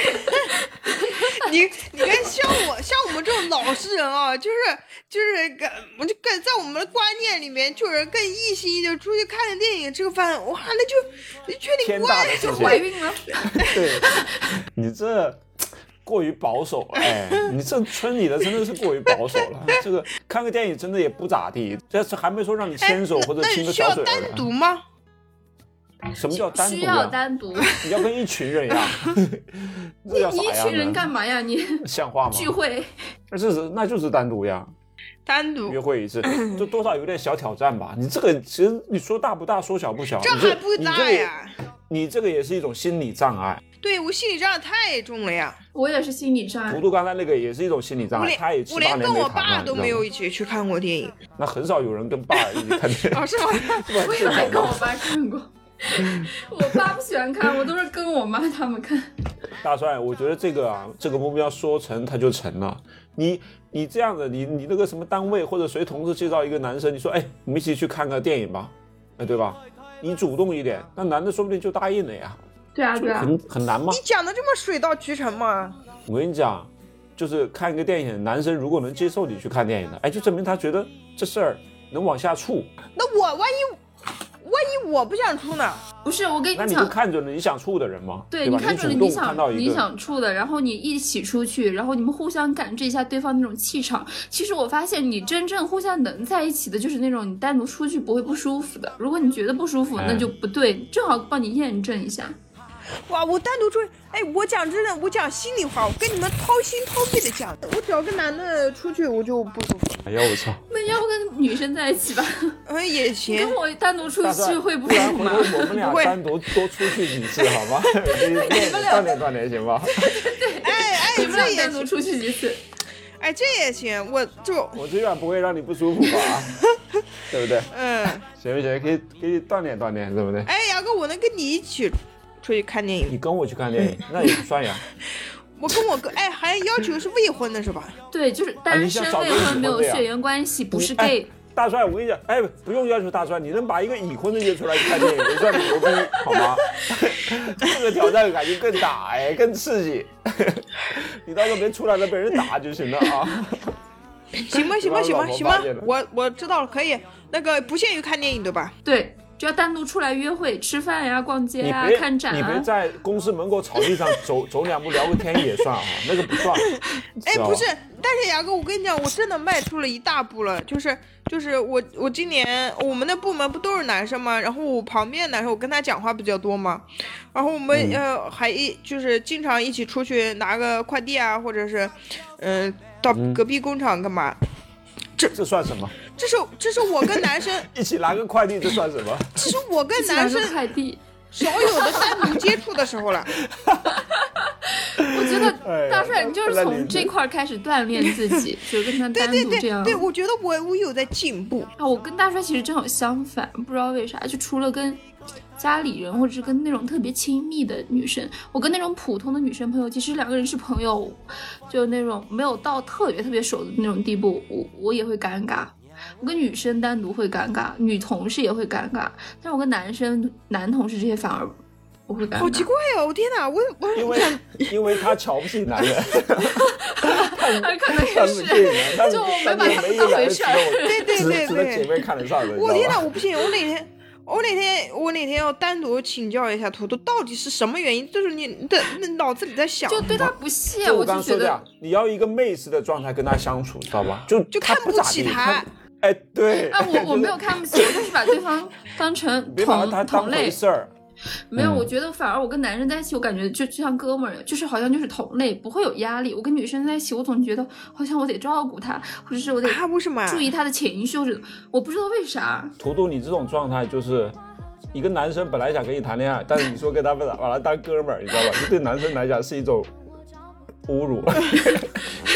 你看像我们这种老实人啊，就是在我们的观念里面，就是跟异性就出去看个电影吃个饭，哇，那就确定就怀孕了。 对，你这过于保守了，你这村里的真的是过于保守了。这个看个电影真的也不咋地，这还没说让你牵手或者亲个小嘴的。 那需要单独吗？ 什么叫单独？ 需要单独。 你要跟一群人呀？这叫啥呀？ 你一群人干嘛呀？你像话吗？ 聚会？ 那就是单独呀。 单独约会一次，就多少有点小挑战吧。你这个其实你说大不大，说小不小， 这还不大呀。 你这个也是一种心理障碍。 对，我心理障碍太重了呀。 我也是心理障碍。 图图刚才那个也是一种心理障碍，他也我连跟我爸都没有一起去看过电影。 那很少有人跟爸一起看电影。 哦，是吗？ 我也没跟我爸看过。我爸不喜欢看，我都是跟我妈他们看。 大帅，我觉得这个目标说成他就成了。你这样的，你那个什么单位或者随同事介绍一个男生，你说我们一起去看个电影吧，对吧？你主动一点，那男的说不定就答应了呀。 对啊， 很难吗？ 你讲的这么水到渠成吗？ 我跟你讲，就是看一个电影，男生如果能接受你去看电影的，就证明他觉得这事儿能往下处。 那万一我不想处呢？ 不是，我跟你讲， 那你就看准了你想处的人吗？ 对， 吧？ 你看准了你想处的，然后你一起出去，然后你们互相感知一下对方那种气场。其实我发现你真正互相能在一起的，就是那种你单独出去不会不舒服的。如果你觉得不舒服，那就不对，正好帮你验证一下。 哇，我单独出去，我讲真的，我讲心里话，我跟你们掏心掏肺的讲，我只要跟男的出去，我就不舒服。 哎呀，我操！ 那要不跟女生在一起吧？ 也行。 跟我单独出去会不舒服吗？ 我们俩单独多出去几次好吗？锻炼行吧？ 对，你们俩单独出去几次？ 这也行，我这样不会让你不舒服吧？对不对？行不行？可以锻炼锻炼，对不对？ 杨哥，我能跟你一起出去看电影？ 你跟我去看电影，那也不算呀。 我跟我哥，还要求是未婚的是吧？ 对，就是单身未婚，没有血缘关系，不是 gay。 大帅，我跟你讲，不用要求大帅，你能把一个已婚的约出来看电影，也算你牛逼，好吗？这个挑战感觉更大，更刺激。你到时候别出来了被人打就行了啊。 行吧，我知道了，可以。那个不限于看电影对吧？ 对。就要单独出来约会、吃饭呀、逛街呀、看展啊。 你别在公司门口草地上走两步聊个天也算啊，那个不算。 不是，但是牙哥，我跟你讲，我真的迈出了一大步了。就是我今年我们的部门不都是男生吗？然后我旁边的男生，我跟他讲话比较多嘛。然后我们还就是经常一起出去拿个快递啊，或者是到隔壁工厂干嘛。 这算什么？ 这是我跟男生一起拿个快递，这算什么？ 这是我跟男生快递少有的单独接触的时候了。 我觉得大帅你就是从这块开始锻炼自己，就跟他单独这样。 对，我觉得我有在进步啊。我跟大帅其实正好相反，不知道为啥，就除了跟家里人或者是跟那种特别亲密的女生，我跟那种普通的女生朋友，其实两个人是朋友，就那种没有到特别熟的那种地步，我也会尴尬。我跟女生单独会尴尬，女同事也会尴尬，但是我跟男同事这些反而我会尴尬。 好奇怪哦！我天哪， 因为他瞧不起男人， 可能也是，就我没把他们当回事儿。 对， 只能姐妹看得上的。 我天哪，我不信！我哪天要单独请教一下图图，到底是什么原因？就是你的脑子里在想， 就对他不屑。 我刚刚说的，你要一个妹子的状态跟他相处，知道吧？就看不起他。 对。 我没有看不起，我就是把对方当成别把他当回事儿。 没有，我觉得反而我跟男人在一起，我感觉就像哥们儿，就是好像就是同类，不会有压力。我跟女生在一起，我总觉得好像我得照顾她，或者是我得注意她的情绪，或者我不知道为啥。 图图，你这种状态就是一个男生本来想跟你谈恋爱，但是你说跟他把他当哥们儿，你知道吧？这对男生来讲是一种侮辱。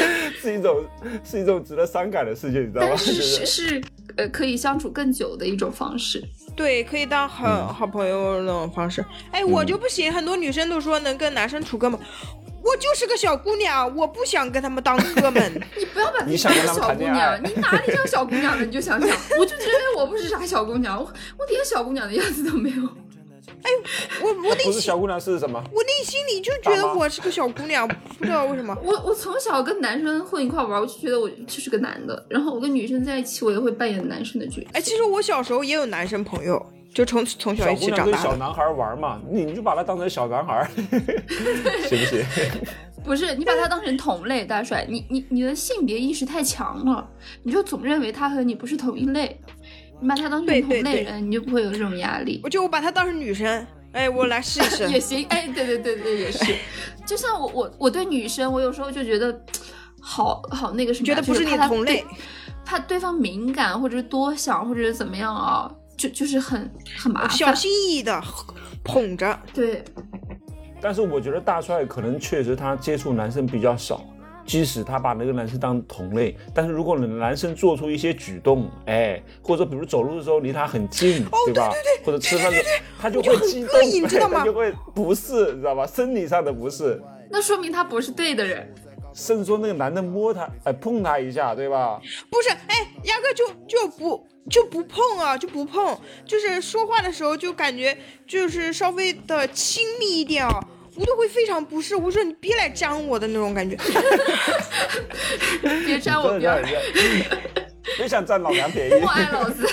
是一种值得伤感的事情，你知道吗？ 但是可以相处更久的一种方式。 对，可以当好朋友那种方式。哎，我就不行，很多女生都说能跟男生处哥们。我就是个小姑娘，我不想跟他们当哥们。 你不要把自己当小姑娘，你哪里像小姑娘了？你就想想，我就觉得我不是啥小姑娘，我连小姑娘的样子都没有。 哎，我内心不是小姑娘是什么？ 我内心里就觉得我是个小姑娘，不知道为什么。 我从小跟男生混一块玩，我就觉得我就是个男的，然后我跟女生在一起，我也会扮演男生的角色。 哎，其实我小时候也有男生朋友。就从小一起长大的。 小姑娘跟小男孩玩嘛，你就把他当成小男孩，行不行？ 不是，你把他当成同类，大帅，你的性别意识太强了，你就总认为他和你不是同一类，你把他当成同类人， 对对对， 你就不会有这种压力。 我把他当成女生，哎，我来试一试也行，哎，对，也是。就像我对女生，我有时候就觉得好那个什么， 觉得不是你同类， 怕对方敏感或者是多想或者是怎么样啊。就是很麻烦， 小心翼翼的捧着。 对， 但是我觉得大帅可能确实他接触男生比较少，即使他把那个男生当同类，但是如果男生做出一些举动，哎，或者比如走路的时候离他很近，对吧？ 对， 或者吃饭的时候，他就会激动， 你知道吗？ 他就会不适，你知道吧？生理上的不适， 那说明他不是对的人。 甚至说那个男的摸他，哎，碰他一下，对吧？ 不是，哎，压根就不碰啊，就不碰，就是说话的时候就感觉就是稍微的亲密一点啊，我都会非常不适。我说你别来沾我的那种感觉， 别沾我边， 别想占老娘便宜， 莫爱老子。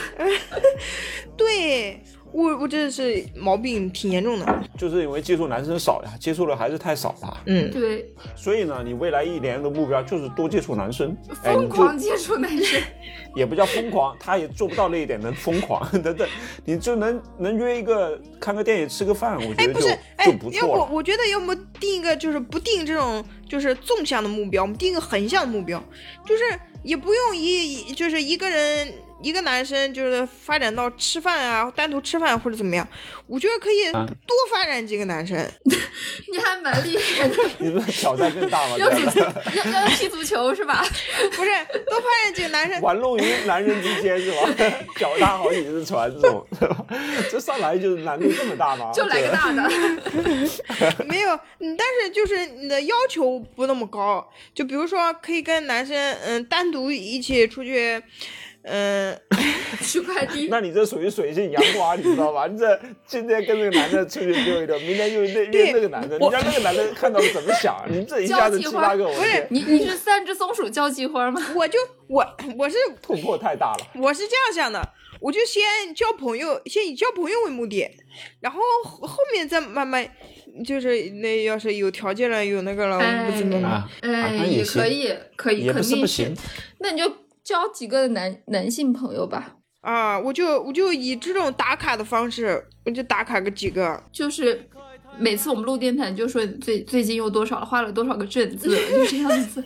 对。我真的是毛病挺严重的， 就是因为接触男生少呀，接触的还是太少了。 对。 所以呢，你未来1年的目标就是多接触男生， 疯狂接触男生， 也不叫疯狂，他也做不到那一点的疯狂等等，你就能约一个看个电影吃个饭，我觉得就不错了。 我觉得要么定一个就是不定这种就是纵向的目标，我们定一个横向的目标，就是也不用就是一个人。一个男生就是发展到吃饭啊，单独吃饭或者怎么样，我觉得可以多发展几个男生。 你还蛮厉害的。 你不是挑战更大吗？ 要踢足球是吧？ 不是，多发展几个男生， 玩弄于男人之间是吧？脚踏好几只船这种，这上来就是难度这么大吗？ 就来个大的。 没有，但是就是你的要求不那么高，就比如说可以跟男生单独一起出去。 取快递， 那你这属于水性杨花，你知道吧？你这今天跟这个男的出去溜一溜，明天又约那个男的，你让那个男的看到怎么想？你这一下子7、8个， 不是你是3只松鼠交际花吗？ 我是突破太大了。 我是这样想的，我就先交朋友，先以交朋友为目的，然后后面再慢慢。就是那要是有条件了，有那个了，不怎么也可以， 也不是不行。 那你就交几个男性朋友吧。 啊，我就以这种打卡的方式，我就打卡个几个。 就是每次我们录电台就说最近又多少了，花了多少个正字，就这样子。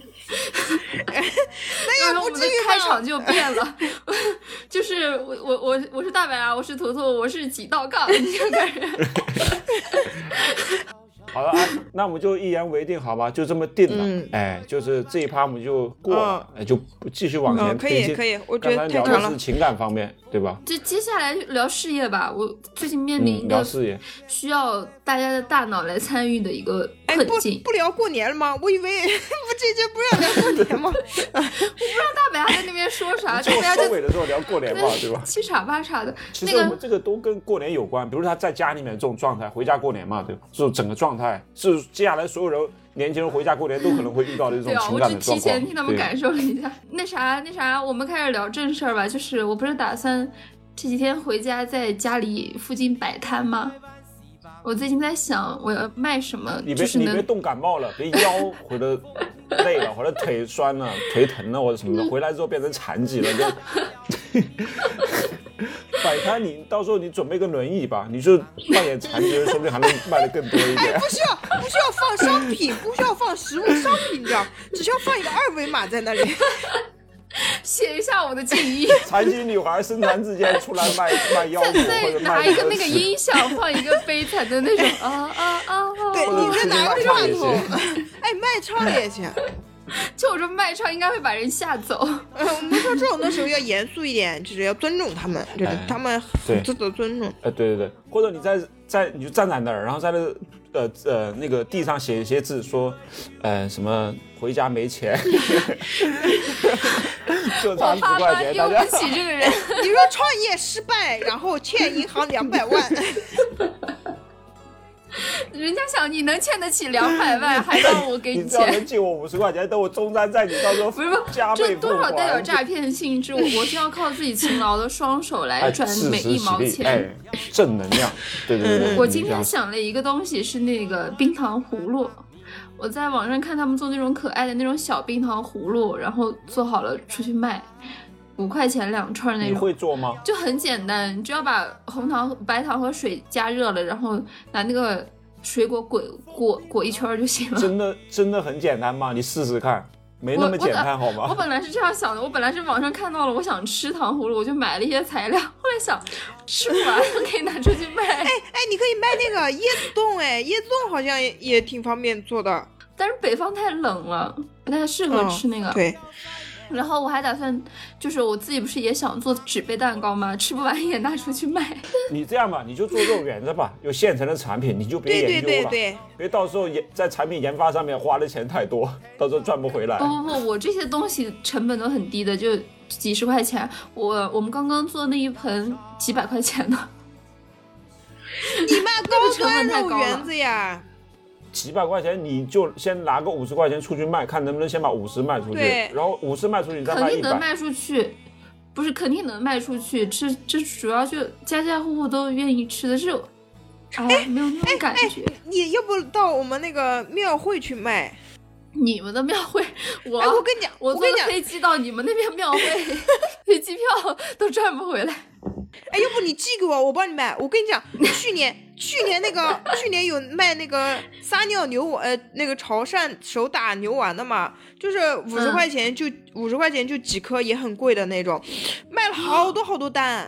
那也不至于开场就变了。就是我是大白啊，我是图图，我是几道杠，你就开始。 好了，那我们就一言为定，好吧？就这么定了。哎，就是这一趴我们就过了，就继续往前推。 可以，我觉得太长了。 刚才聊的是情感方面，对吧？ 接下来聊事业吧。我最近面临一个需要大家的大脑来参与的一个困境。 不聊过年了吗？我以为不让聊过年吗？ 我不知道大白还在那边说啥， 最后收尾的时候聊过年嘛，对吧？ 七叉八叉的。 其实我们这个都跟过年有关，比如他在家里面这种状态，回家过年嘛，对吧？这种整个状态。是接下来所有人年轻人回家过年都可能会遇到的这种情感的状况。 我只提前替他们感受了一下。那啥，我们开始聊正事儿吧。就是我不是打算这几天回家在家里附近摆摊吗？我最近在想我要卖什么， 你别冻感冒了，别腰或者累了，或者腿酸了、腿疼了或者什么的，回来之后变成残疾了就。摆摊，你到时候你准备个轮椅吧，你就扮演残疾人，说不定还能卖得更多一点。 不需要放商品，不需要放实物商品，你知道，只需要放一个2维码在那里。 写一下我的敬意。 残疾女孩身残志坚出来卖腰果，或者拿一个那个音响，放一个悲惨的那种对，你再拿个话筒，哎，卖唱也行。 就我这卖唱应该会把人吓走。 我们说这种的时候要严肃一点，就是要尊重他们，就是他们很值得尊重。 对，或者你你就站在那儿，然后在那个地上写一些字，说什么回家没钱，就差10块钱，大家丢不起这个人。 你说创业失败，然后欠银行200万。 人家想你能欠得起200万，还让我给你只要能钱？ 借我50块钱，等我中山债，你到时候不是这加倍多少带有奉还。 诈骗性质？我是要靠自己勤劳的双手来赚每1毛钱。 正能量，对。 我今天想了一个东西，是那个冰糖葫芦。我在网上看他们做那种可爱的那种小冰糖葫芦，然后做好了出去卖，5块钱2串那种。 你会做吗？ 就很简单，你只要把红糖、白糖和水加热了，然后拿那个水果裹一圈就行了。 真的很简单吗？你试试看，没那么简单好吗？ 我本来是这样想的，我本来是网上看到了，我想吃糖葫芦，我就买了一些材料，后来想吃不完可以拿出去卖。 哎，你可以卖那个椰子冻，椰子冻好像也挺方便做的。 但是北方太冷了，不太适合吃那个。 对。 然后我还打算，就是我自己不是也想做纸杯蛋糕吗？吃不完也拿出去卖。 你这样吧，你就做肉圆子吧，有现成的产品，你就别研究了，别到时候在产品研发上面花的钱太多，到时候赚不回来。 不，我这些东西成本都很低的，就几十块钱。我们刚刚做那一盆几百块钱呢。 你卖高端肉圆子呀？ 几百块钱，你就先拿个50块钱出去卖，看能不能先把50卖出去，然后50卖出去，你再卖100。 肯定能卖出去，不是肯定能卖出去。这主要就家家户户都愿意吃的，这种，没有那种感觉。 你要不到我们那个庙会去卖？ 你们的庙会，我跟你讲， 我坐飞机到你们那边庙会，飞机票都赚不回来。 要不你寄给我，我帮你卖。我跟你讲，去年有卖那个撒尿牛丸，那个潮汕手打牛丸的嘛，就是50块钱50块钱就几颗，也很贵的那种，卖了好多单。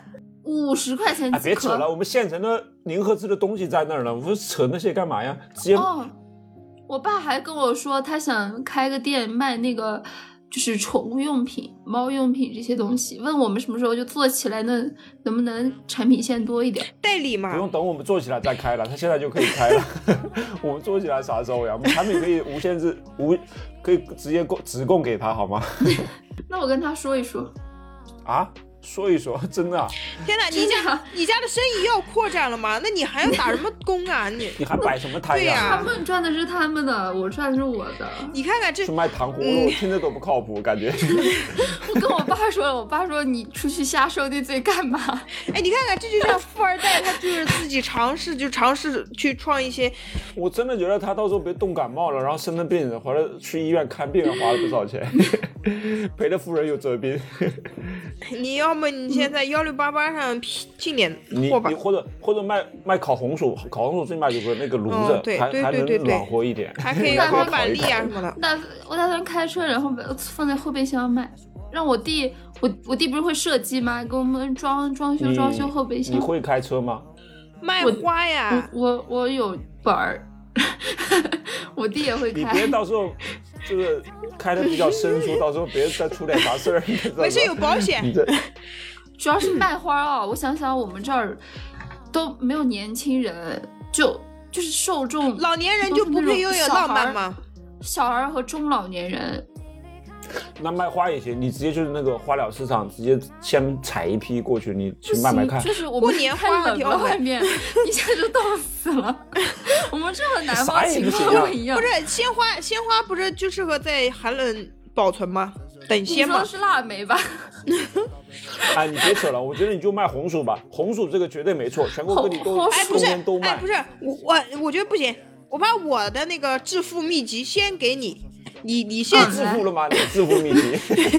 50块钱几颗？ 别扯了，我们现成的0赫兹的东西在那儿呢，我们扯那些干嘛呀？直接。 我爸还跟我说，他想开个店卖那个。就是宠物用品、猫用品这些东西，问我们什么时候就做起来，那能不能产品线多一点？ 代理嘛， 不用等我们做起来再开了，他现在就可以开了。我们做起来啥时候呀？我们产品可以无限制可以直接直供给他好吗？ 那我跟他说一说。 啊？说一说，真的啊！ 天哪，你家的生意要扩展了吗？那你还要打什么工啊？你还摆什么摊呀？ 他们赚的是他们的，我赚的是我的。 你看看这去卖糖葫芦，听着都不靠谱，感觉。 我跟我爸说了，我爸说你出去瞎受那罪干嘛？ 你看看，这就像富二代，他就是自己尝试去创一些。 我真的觉得他到时候别冻感冒了，然后生了病，回来去医院看病花了多少钱，赔了夫人又折兵。 你要么你现在16888上进点货吧， 你或者卖烤红薯，烤红薯最起码有个那个炉子，还能暖和一点， 还可以烤板栗啊什么的。 那我打算开车，然后放在后备箱卖，让我弟，我弟不是会射击吗？给我们装修后备箱。 你会开车吗？ 卖花呀， 我有本儿，我弟也会开。 你别到时候就是开的比较生疏，到时候别人再出点啥事儿。 没事，有保险。 主要是卖花啊，我想想我们这儿都没有年轻人，就是受众老年人就不配拥有浪漫吗？ 小孩和中老年人。 那卖花也行，你直接就是那个花鸟市场，直接先采一批过去，你去卖看。 就是我们太冷了，外面一下就冻死了。我们这和南方情况不一样。 不是鲜花不是就适合在寒冷保存吗？等鲜吗？ 你说的是腊梅吧？ 哎，你别扯了，我觉得你就卖红薯吧，红薯这个绝对没错，全国各地都冬天都卖。 不是我觉得不行，我把我的那个致富秘籍先给你。你现在致富了吗？你致富秘籍，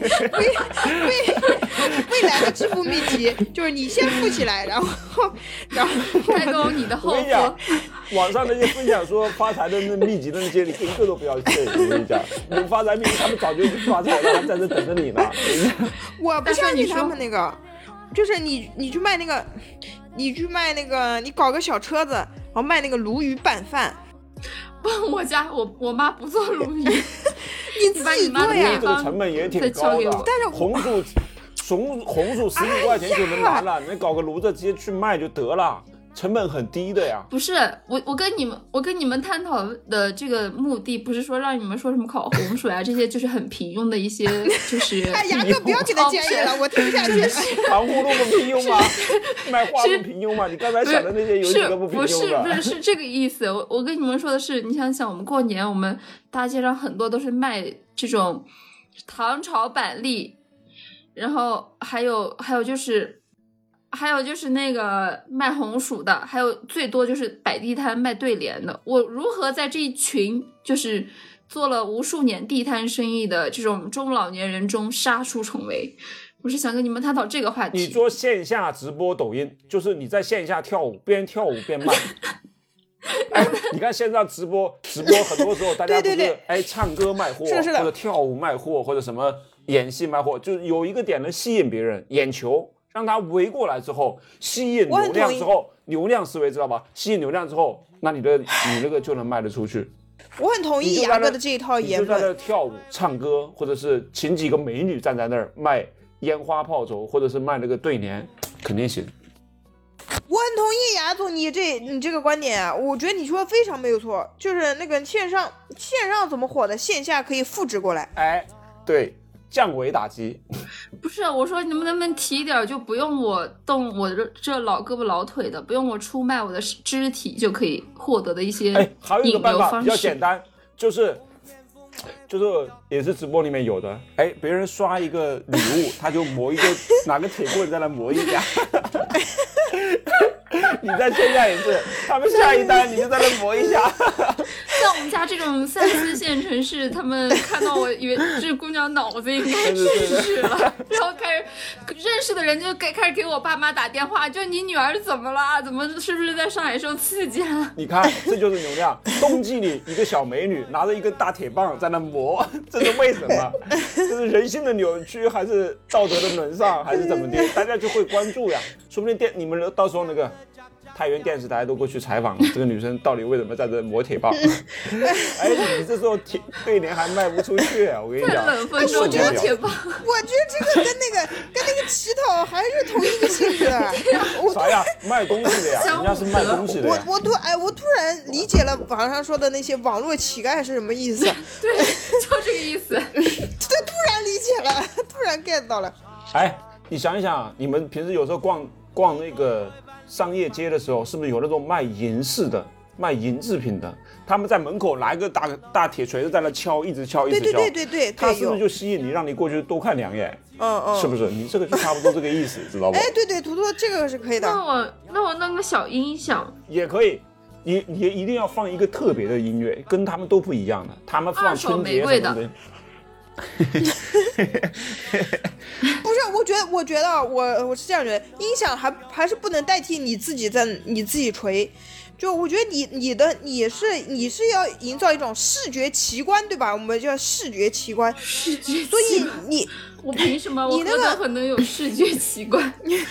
未来的致富秘籍就是你先富起来，然后开工你的后我跟你讲，网上那些分享说发财的那秘籍的那些，你一个都不要信。我跟你讲，有发财秘籍，他们早就发财了，在这等着你呢。 我不相信他们那个，就是你去卖那个，你搞个小车子，然后卖那个鲈鱼拌饭。 我家我妈不做鲈鱼， 你自己做呀。 这个成本也挺高的， 但是红薯10几块钱就能拿了，你搞个炉子直接去卖就得了。成本很低的呀。 不是我跟你们探讨的这个目的，不是说让你们说什么烤红薯呀，这些就是很平庸的一些，就是哎，牙哥不要给他建议了，我听不下去。 糖葫芦不平庸吗？卖花不平庸吗？你刚才想的那些有几个不平庸的？ 不是这个意思。我跟你们说的是，你想想，我们过年，我们大街上很多都是卖这种糖炒板栗，然后还有就是那个卖红薯的，还有最多就是摆地摊卖对联的。我如何在这一群就是做了无数年地摊生意的这种中老年人中杀出重围？我是想跟你们探讨这个话题。 你做线下直播抖音，就是你在线下跳舞，边跳舞边卖。哎，你看线上直播很多时候大家不是对哎唱歌卖货，或者跳舞卖货，或者什么演戏卖货，就是有一个点能吸引别人眼球。让他围过来之后，吸引流量之后，流量思维知道吧？吸引流量之后，那你那个就能卖得出去。 我很同意牙哥的这一套言论。 你就在那跳舞、唱歌，或者是请几个美女站在那儿卖烟花炮竹，或者是卖那个对联，肯定行。 我很同意牙总你这个观点啊，我觉得你说的非常没有错，就是那个线上怎么火的，线下可以复制过来。 哎，对。降维打击。 不是我说，你们能不能提一点，就不用我动我这老胳膊老腿的，不用我出卖我的肢体就可以获得的一些引流方式。 还有一个办法比较简单，就是也是直播里面有的。哎，别人刷一个礼物，他就磨一个拿个铁棍在那磨一下。你在线下也是，他们下一单你就在那磨一下。 像我们家这种3、4线城市，他们看到我以为这姑娘脑子应该出事了，然后开始认识的人就开始给我爸妈打电话，就你女儿怎么了？怎么是不是在上海受刺激了？ 你看，这就是流量。冬季里一个小美女拿着一根大铁棒在那磨，这是为什么？这是人性的扭曲，还是道德的沦丧，还是怎么的？大家就会关注呀。说不定你们到时候那个太原电视台都过去采访了，这个女生到底为什么在这磨铁棒？哎，你这时候对联还卖不出去啊！我跟你讲， 冷风中磨铁棒。 我觉得这个跟那个乞讨还是同一个性质的。 啥呀？卖东西的呀，人家是卖东西的呀。 我突然理解了网上说的那些网络乞丐是什么意思。 对，就这个意思。 这突然理解了，突然 get 到了。 哎，你想一想，你们平时有时候逛那个商业街的时候，是不是有那种卖银饰的、卖银制品的？他们在门口拿一个大铁锤子在那敲，一直敲，一直敲。 对， 他是不是就吸引你，让你过去多看2眼？是不是？你这个就差不多这个意思，知道吧？ 哎，对，图图这个是可以的。 那我弄个小音响也可以。你一定要放一个特别的音乐，跟他们都不一样的。他们放春节什么的。 不是，我觉得我是这样觉得，音响还是不能代替你自己吹。就我觉得你是要营造一种视觉奇观，对吧？我们叫视觉奇观。所以我凭什么我何德何能有视觉奇观？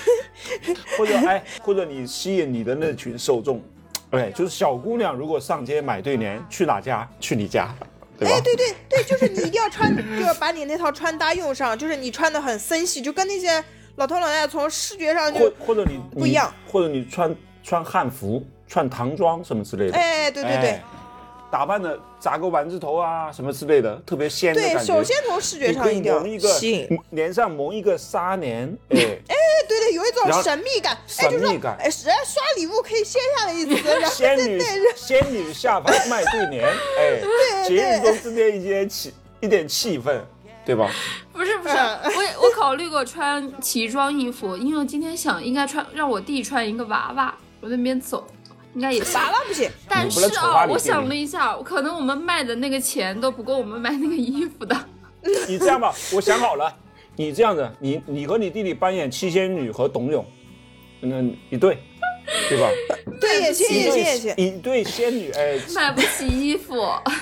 或者你吸引你的那群受众，哎，就是小姑娘如果上街买对联，去哪家？去你家。对吧？ 哎，对，就是你一定要就是把你那套穿搭用上，就是你穿的很森系，就跟那些老头老太太从视觉上就或者你不一样， 或者你穿汉服、穿唐装什么之类的。 哎，对， 打扮的扎个丸子头啊什么之类的，特别鲜的感觉。 对，首先从视觉上一定要吸引， 脸上蒙一个纱帘， 哎，对，有一种神秘感，哎，刷礼物可以线下的意思。 仙女下凡卖对联，哎，节日中增添一点气氛，对吧？ 不是，我考虑过穿奇装异服，因为我今天想应该让我弟穿一个娃娃，我那边走。应该也行， 娃娃不行。 但是我想了一下，可能我们卖的那个钱都不够我们买那个衣服的。 你这样吧，我想好了，你这样子，你和你弟弟扮演七仙女和董永，一对，对吧？ 对，也行。 一对仙女，哎， 买不起衣服。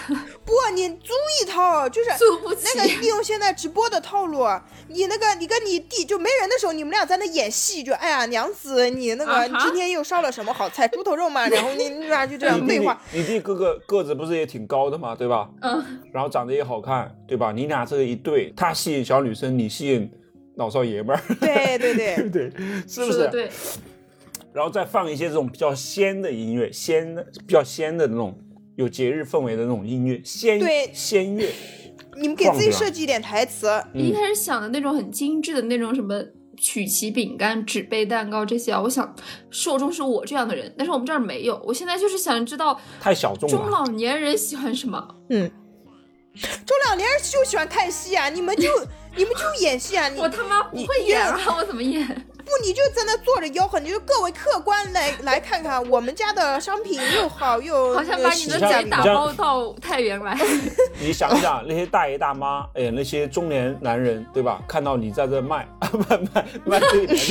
不，你租一套，就是租不起那个利用现在直播的套路。你跟你弟就没人的时候，你们俩在那演戏，就哎呀娘子，你那个、你今天又烧了什么好菜，猪头肉嘛，然后你俩就这样对话。 你弟个子不是也挺高的嘛，对吧？然后长得也好看，对吧？你俩这个一对，他吸引小女生，你吸引老少爷们儿。 对对对对，是不是？ 对。 然后再放一些这种比较仙的音乐，比较仙的那种有节日氛围的那种音乐，仙乐。 你们给自己设计一点台词。 一开始想的那种很精致的那种什么曲奇饼干、纸杯蛋糕这些啊，我想受众是我这样的人，但是我们这儿没有。我现在就是想知道太小众了， 中老年人喜欢什么？ 中老年人就喜欢看戏啊，你们就演戏啊。 我他妈不会演啊，我怎么演？ 不，你就在那坐着吆喝，你就各位客官来看看我们家的商品又好又好像把你的嘴打包到太原来。 你想想那些大爷大妈，那些中年男人，对吧？看到你在这卖对联，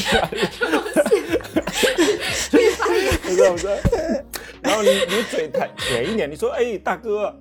不是？然后你嘴甜一点，你说大哥，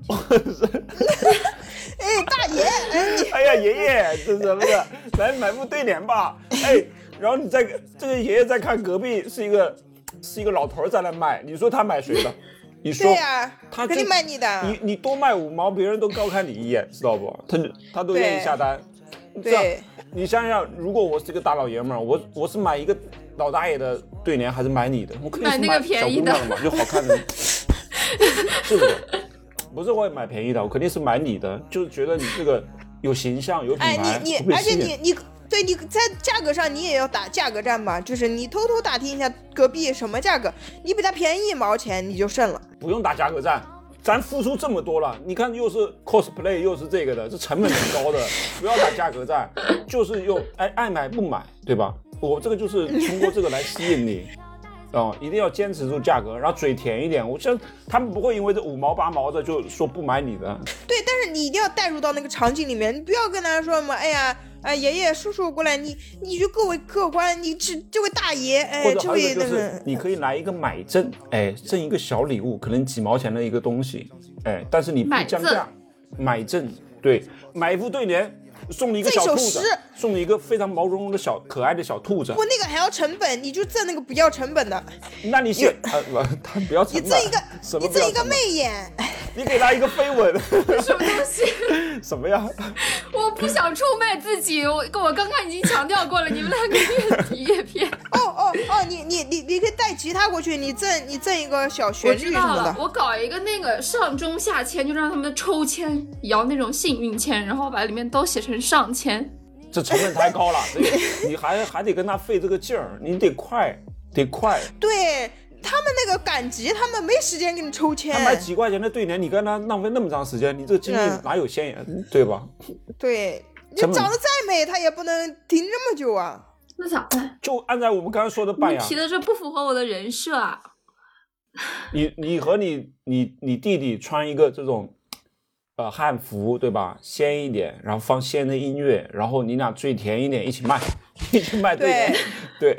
大爷， 哎呀爷爷，这是不是来买副对联吧？然后你这个爷爷再看隔壁是一个老头在那卖，你说他买谁的？你说对呀， 他肯定卖你的。 你多卖5毛，别人都高看你一眼，知道不？他都愿意下单。 对，你想想，如果我是一个大老爷们儿，我是买一个老大爷的对联，还是买你的？我肯定是买小姑娘的嘛，就好看的，是不是？不是我买便宜的，我肯定是买你的，就是觉得你这个有形象、有品牌。 而且你对，你在价格上你也要打价格战吧，就是你偷偷打听一下隔壁什么价格，你比他便宜1毛钱你就胜了。 不用打价格战，咱付出这么多了，你看又是 cosplay 又是这个的，这成本很高的，不要打价格战，就是用爱买不买，对吧？我这个就是通过这个来吸引你。一定要坚持住价格，然后嘴甜一点。我想他们不会因为这5毛8毛的就说不买你的。 对，但是你一定要带入到那个场景里面，你不要跟他说什么，哎呀，爷爷叔叔过来，你就各位客官，你这位大爷， 或者还有一个就是你可以来一个买赠，赠一个小礼物，可能几毛钱的一个东西，但是你不降价，买赠，对，买一副对联。送你一个小兔子，送你一个非常毛茸茸的可爱的小兔子。 我那个还要成本，你就赠那个不要成本的。 那你他不要成本。 你赠一个媚眼， 你给他一个飞吻。 什么东西？ 什么呀？ 我不想出卖自己，我刚刚已经强调过了，你们两个越提越偏。 你可以带吉他过去，你赠一个小旋律什么的。 我搞一个那个上中下签，就让他们抽签，摇那种幸运签，然后把里面都写成上签。 这成本太高了，你还得跟他费这个劲儿，你得快。 对，他们那个赶集，他们没时间给你抽签。 他买几块钱的对联，你跟他浪费那么长时间，你这个精力哪有限呀？对吧？ 对，你长得再美，他也不能停这么久啊。 那咋办？ 就按照我们刚刚说的办呀。 你提的这不符合我的人设啊。 你和你弟弟穿一个这种汉服，对吧？仙一点，然后放仙的音乐，然后你俩最甜一点，一起卖对。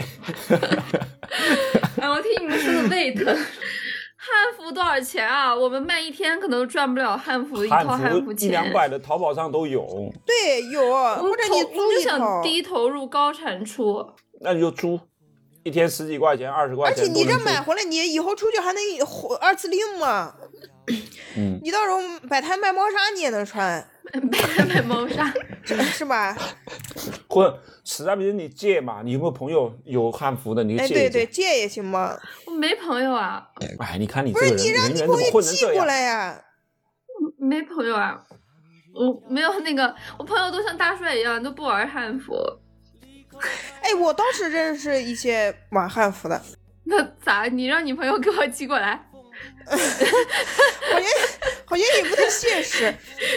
我听你们说的胃疼。汉服多少钱啊？我们卖一天可能赚不了汉服的一套汉服钱 ，100-200的淘宝上都有。 对，有，或者你租一套。 想低投入高产出， 那你就租，一天10几块钱、20块钱。 而且你这买回来，你以后出去还能2次令嘛。你到时候摆摊卖猫砂，你也能穿。 摆摊卖猫砂是吧？ 或者实在不行你借嘛，你有没有朋友有汉服的？你就借一借。 对，借也行嘛。 我没朋友啊。 你看你这个人， 不是你让你朋友寄过来呀？ 没朋友啊，我没有那个，我朋友都像大帅一样，都不玩汉服。 我倒是认识一些玩汉服的。 那咋？你让你朋友给我寄过来？ 好像也不太现实。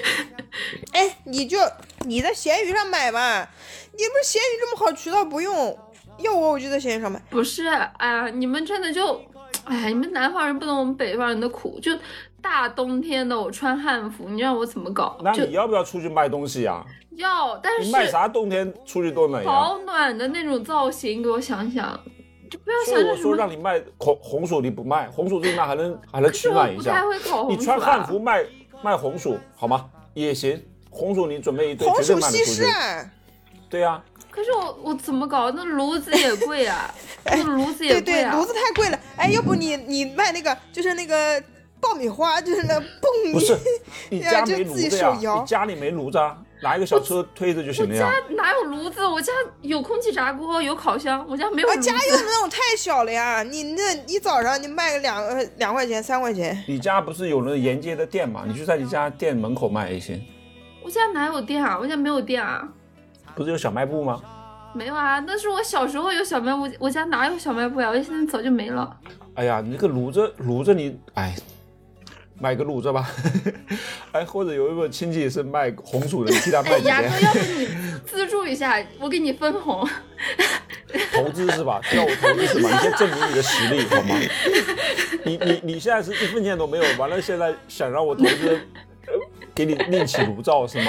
你在闲鱼上买吧，你不是闲鱼这么好渠道不用，要我就在闲鱼上买。 不是，你们真的就，你们南方人不懂我们北方人的苦，就大冬天的我穿汉服，你让我怎么搞？ 那你要不要出去卖东西呀？ 要，但是你卖啥冬天出去都能呀？ 保暖的那种造型，给我想想。就不要想所以我说让你卖红薯，你不卖红薯，最起码还能取暖一下。 不太会烤红薯。 你穿汉服卖卖红薯好吗？也行，红薯你准备一堆， 红绝对薯西卖得出去。 施啊， 对呀、 可是我怎么搞？那炉子也贵啊，那炉子也对对， 贵啊。 炉子太贵了。哎，要不你卖那个就是那个爆米花，就是那蹦， 不是，你家就没炉自己子呀？ 手摇你家里没炉子啊？拿一个小车推着就行了呀。 哪有炉子？我家有空气炸锅，有烤箱，我家没有炉子。 家用的那种太小了呀！你早上你卖个2块钱3块钱， 你家不是有那沿街的店吗？你就在你家店门口卖也行。 我家哪有店啊？我家没有店啊。 不是有小卖部吗？ 没有啊，那是我小时候有小卖部，我家哪有小卖部呀？我现在早就没了。 哎呀，你那个炉子你买个炉子吧。哎，或者有一个亲戚是卖红薯的，你替他卖几牙哥， 件。 要不你资助一下，我给你分红。 投资是吧？叫我投资是吧？你先证明你的实力好吗？你现在是1分钱都没有，完了现在想让我投资，给你另起炉灶是吗？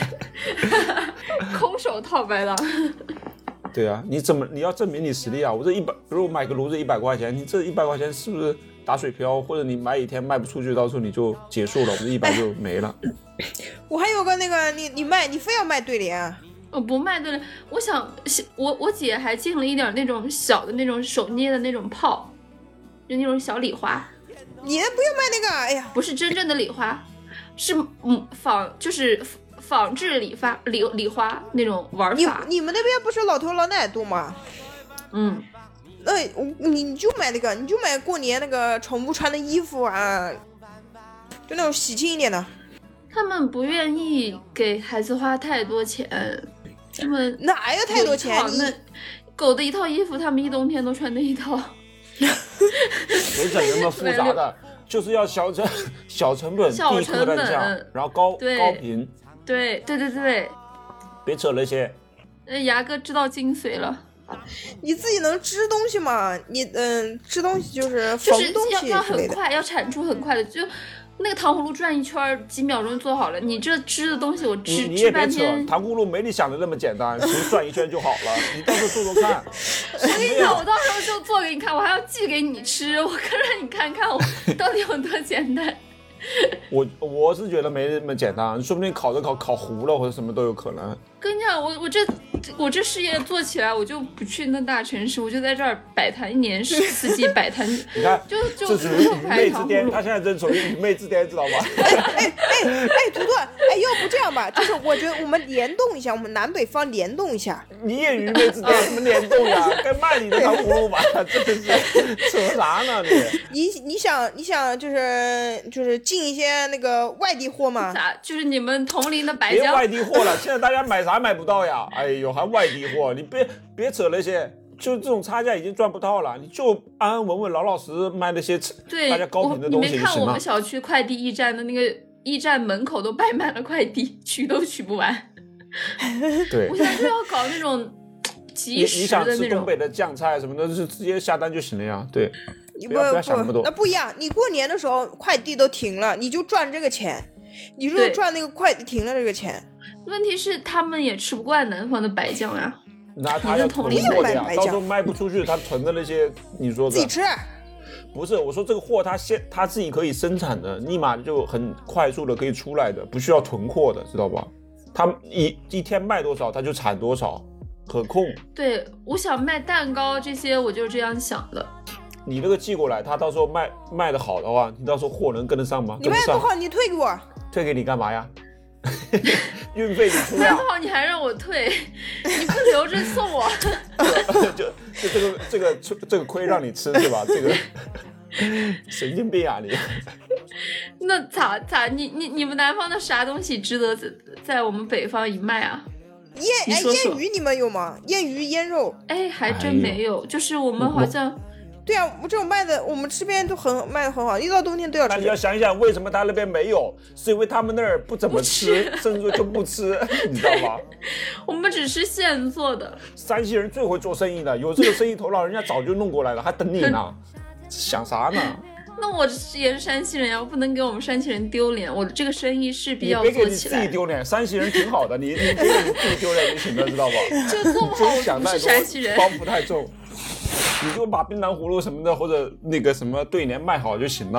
空手套白狼。 对啊，你要证明你实力啊！我这如果买个炉子100块钱，你这100块钱是不是打水漂？或者你买一天卖不出去，到时候你就结束了，我们这100就没了。 我还有个那个你非要卖对联啊？ 我不卖对联，我想我姐还进了一点那种小的那种手捏的那种炮，就那种小礼花。 你不要卖那个，哎呀， 不是真正的礼花，是仿制礼花那种玩法。 你们那边不是老头老奶奶多吗？ 嗯， 那你就买那个，你就买过年那个宠物穿的衣服啊，就那种喜庆一点的。 他们不愿意给孩子花太多钱，他们哪有太多钱？ 那狗的一套衣服，他们一冬天都穿那一套。 没整那么复杂的，就是要小成本、低客单价，然后高频。 对， 别扯那些。 牙哥知道精髓了。 你自己能织东西吗？你织东西就是缝东西要很快，要产出很快的，就那个糖葫芦转一圈几秒钟做好了。你这织的东西我织半天。 糖葫芦没你想的那么简单，其实转一圈就好了。你到时候做做看。 我跟你讲，我到时候就做给你看，我还要寄给你吃，我让你看看我到底有多简单。 我是觉得没那么简单，说不定烤糊了或者什么都有可能。 跟你讲，我这事业做起来，我就不去那大城市，我就在这儿摆摊，一年4季摆摊。 你看， 就这属于愚昧之巅，他现在真属于愚昧之巅，知道吧？ 图图，要不这样吧，就是我觉得我们联动一下，我们南北方联动一下。 你也愚昧之巅，什么联动呀？该卖你的糖葫芦吧，真的是扯啥呢你？ 你想就是进一些那个外地货吗？ 咋？就是你们同龄的白别酱。 外地货了，现在大家买啥买不到呀？哎呦，还外地货，你别扯那些，就这种差价已经赚不到了，你就安安稳稳老实卖那些大家高频的东西就行了。 你没看我们小区快递驿站的那个驿站门口都摆满了快递，取都取不完。 对， 我现在就要搞那种即时的那种。 你想吃东北的酱菜什么的，是直接下单就行了呀。对，不要想那么多。 那不一样，你过年的时候快递都停了，你就赚这个钱，你就赚那个快递停了这个钱。 问题是他们也吃不惯南方的白酱呀。 那他要囤货的呀，到时候卖不出去，他囤的那些你说的自己吃。 不是，我说这个货他自己可以生产的，立马就很快速的可以出来的，不需要囤货的，知道吧？他一天卖多少，他就产多少，可控。 对，我想卖蛋糕这些，我就是这样想的。 你那个寄过来，他到时候卖的好的话，你到时候货能跟得上吗？ 你卖不好，你退给我。 退给你干嘛呀？运费你出呀。 卖不好你还让我退，你不留着送我。 就这个亏让你吃是吧？这个神经病啊你！ 那咋？你们南方的啥东西值得在我们北方一卖啊？ 腌鱼你们有吗？腌鱼腌肉？ 还真没有，就是我们好像。 对啊，我这种卖的，我们这边都卖的很好，一到冬天都要吃。 那你要想一想，为什么他那边没有？是因为他们那儿不怎么吃，甚至就不吃，你知道吗？ 我们只吃现做的。 山西人最会做生意的，有这个生意头脑，人家早就弄过来了，还等你呢。想啥呢？ 那我也是山西人呀，我不能给我们山西人丢脸。我这个生意势必要做起来。 你别给你自己丢脸，山西人挺好的，你别给你自己丢脸就行了，知道吧？ 就做不好，我不是山西人， 包袱太重。你就把冰糖葫芦什么的或者那个什么对联卖好就行了。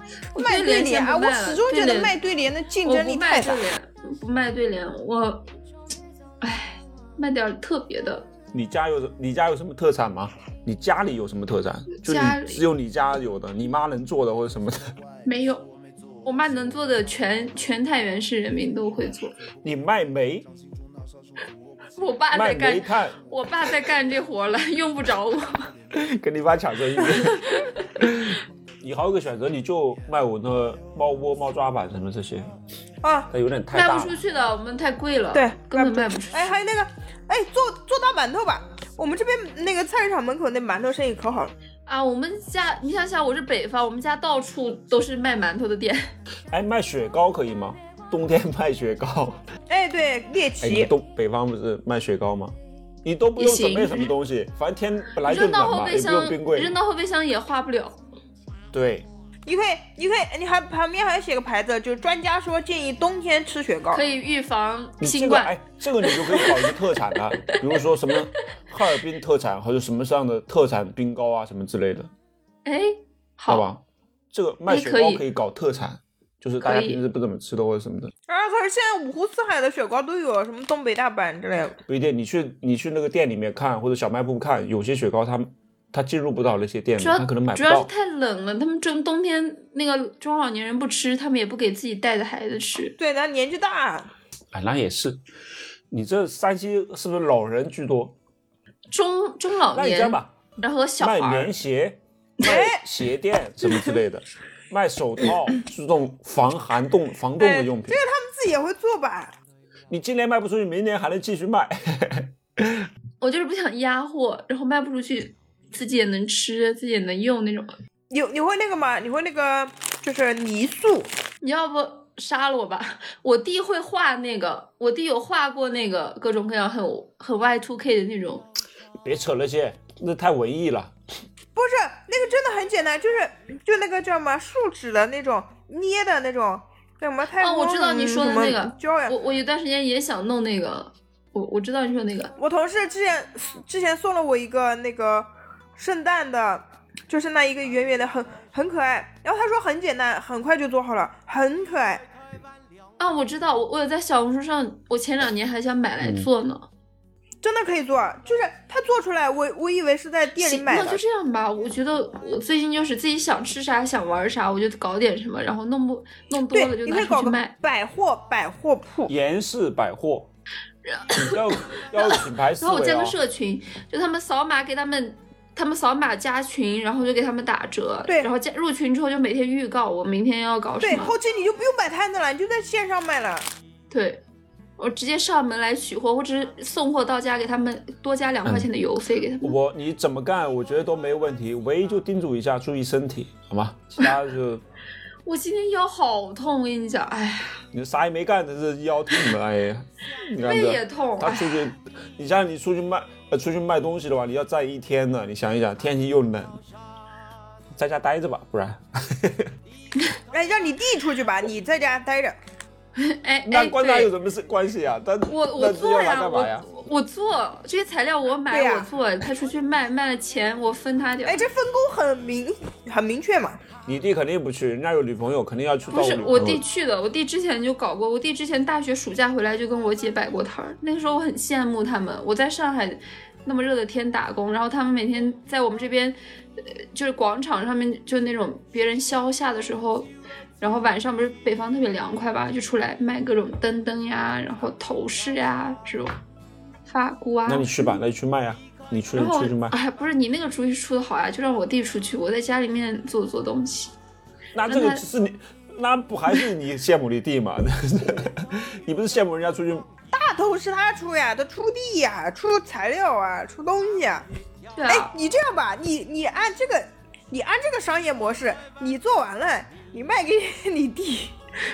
卖对联啊！我始终觉得卖对联的竞争力太大。 不卖对联，我，卖点特别的。 你家有什么特产吗？你家里有什么特产？就只有你家有的，你妈能做的或者什么的？ 没有，我妈能做的全太原市人民都会做。 你卖煤？ 我爸在干， 卖煤炭。 我爸在干这活了，用不着我。 跟你爸抢生意。你还有个选择，你就卖我那猫窝、猫抓板什么这些啊， 它有点太大了， 卖不出去的，我们太贵了， 对， 根本卖不出去。 还有那个，做大馒头吧，我们这边那个菜市场门口那馒头生意可好了啊。我们家，你想想，我是北方，我们家到处都是卖馒头的店。 卖雪糕可以吗？冬天卖雪糕。 对，猎奇。 北方不是卖雪糕吗？你都不用准备什么东西，反正天本来就冷嘛，也不用冰柜， 扔到后备箱也化不了。 对， 你可以，你还旁边还要写个牌子，就是专家说建议冬天吃雪糕， 可以预防新冠。 这个你就可以搞一个特产了，比如说什么哈尔滨特产，或者什么样的特产冰糕啊什么之类的。好吧，这个卖雪糕可以搞特产，就是大家平时不怎么吃的或者什么的。 可是现在五湖四海的雪糕都有，什么东北大板之类的。 不一定，你去那个店里面看，或者小卖部看，有些雪糕它进入不到那些店里，它可能买不到。 主要是太冷了，他们冬天那个中老年人不吃，他们也不给自己带的孩子吃。 对，他年纪大。 那也是。你这山西是不是老人居多？ 中老年。 那你这样吧， 然后小孩卖棉鞋、卖鞋垫什么之类的，卖手套，这种防冻的用品。 这个他们自己也会做吧？ 你今年卖不出去，明年还能继续卖。 我就是不想压货，然后卖不出去。自己也能吃，自己也能用那种。 你会那个吗？你会那个就是泥塑？ 你要不杀了我吧？我弟会画那个，我弟有画过那个各种各样很 Y2K 的那种。 别扯那些，那太文艺了。 不是，那个真的很简单，就那个叫什么树脂的那种捏的那种叫什么？ 我知道你说的那个。我有段时间也想弄那个。我知道你说那个。 我同事之前送了我一个那个。圣诞的，就是那一个圆圆的，很可爱。然后他说很简单，很快就做好了，很可爱。 我知道，我有在小红书上，我前2年还想买来做呢。 真的可以做，就是他做出来，我以为是在店里买的。 那就这样吧，我觉得我最近就是自己想吃啥想玩啥，我就搞点什么，然后弄多了就拿出去卖。 百货铺， 严氏百货，要品牌思维。 然后我建个社群，就他们扫码给他们扫码加群，然后就给他们打折。 对， 然后入群之后就每天预告我明天要搞什么。 对，后期你就不用摆摊子了，你就在线上卖了。 对，我直接上门来取货，或者是送货到家，给他们多加2块钱的邮费给他们。 你怎么干，我觉得都没问题，唯一就叮嘱一下，注意身体，好吗？其他就。 我今天腰好痛，我跟你讲，哎呀， 你啥也没干，这是腰痛的，哎呀， 背也痛。 他出去，你像你出去卖东西的话，你要站1天呢。你想一想，天气又冷，在家待着吧，不然。 让你弟出去吧，你在家待着。 那关他有什么关系啊？ 我做呀，我做这些材料我买，我做，他出去卖了钱我分他点。 这分工很明确嘛。 你弟肯定不去，人家有女朋友，肯定要去。 不是我弟去的，我弟之前就搞过，我弟之前大学暑假回来就跟我姐摆过摊儿，那个时候我很羡慕他们。我在上海那么热的天打工，然后他们每天在我们这边，就是广场上面，就那种别人消夏的时候，然后晚上不是北方特别凉快吧，就出来卖各种灯呀，然后头饰呀，这种发箍啊。 那你去吧，那你去卖呀。你出去卖。 不是你那个主意出的好呀，就让我弟出去，我在家里面做东西。 那这个是你，那不还是你羡慕你弟吗？你不是羡慕人家出去？ 大头是他出呀，他出地呀，出材料啊，出东西啊。 对啊。 你这样吧，你按这个商业模式，你做完了，你卖给你弟。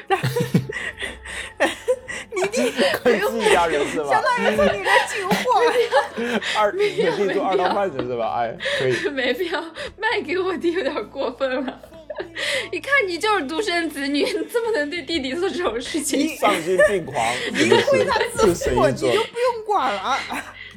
你弟跟自己家人是吧？ 相当于从你这进货。 你弟做2道贩子是吧？哎，可以。 没必要卖给我弟，有点过分了。一看你就是独生子女，你怎么能对弟弟做这种事情？ 丧心病狂。 一个会他自负，你就不用管了。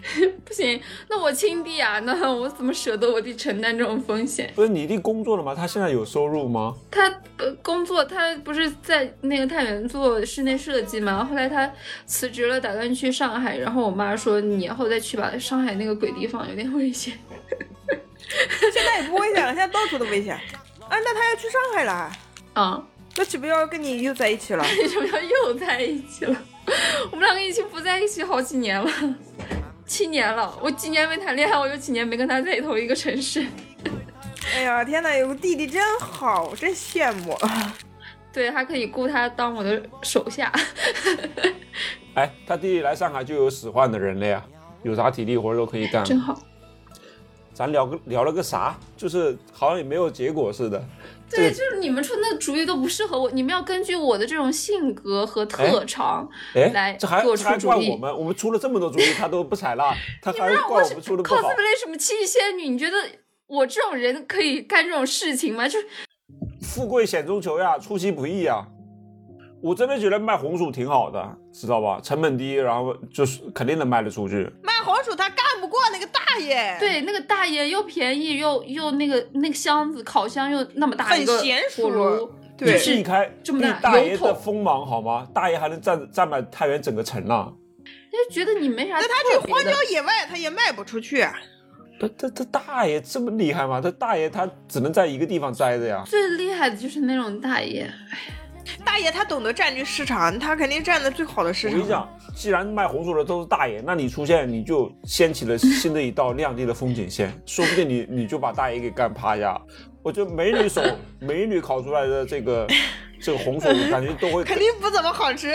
不行，那我亲弟啊，那我怎么舍得我弟承担这种风险？ 不是你弟工作了吗？他现在有收入吗？ 他工作，他不是在那个太原做室内设计吗？后来他辞职了，打算去上海。然后我妈说：“你以后再去吧，上海那个鬼地方有点危险。” 现在也不危险了，现在到处都危险。啊，那他要去上海了啊？ 那岂不要跟你又在一起了？ 为什么要又在一起了？我们两个已经不在一起好几年了，7年了。我几年没谈恋爱，我有几年没跟他在同一个城市。 哎呀，天哪，有个弟弟真好，真羡慕。 对，还可以雇他当我的手下。 哎，他弟弟来上海就有使唤的人了呀，有啥体力活都可以干。 真好。 咱聊了个啥？就是好像也没有结果似的。 对，就是你们出那主意都不适合我，你们要根据我的这种性格和特长来给我出主意。 这还怪我们出了这么多主意，他都不采纳，他还怪我们出的不好。 cosplay 什么七仙女？你觉得我这种人可以干这种事情吗？就是富贵险中求呀，出其不意呀。我真的觉得卖红薯挺好的，知道吧？成本低，然后就是肯定能卖得出去。 卖红薯他干不过那个大爷。 对，那个大爷又便宜又那个箱子烤箱又那么大一个火炉， 对， 避开这么大大爷的锋芒好吗？大爷还能占满太原整个城呢。 就觉得你没啥特别的。 那他去荒郊野外他也卖不出去。 这大爷这么厉害吗？这大爷他只能在一个地方待着呀。 最厉害的就是那种大爷， 大爷他懂得占据市场，他肯定占的最好的市场。 我跟你讲，既然卖红薯的都是大爷，那你出现你就掀起了新的一道亮丽的风景线，说不定你就把大爷给干趴下。我觉得美女烤出来的这个红薯，感觉都会肯定不怎么好吃。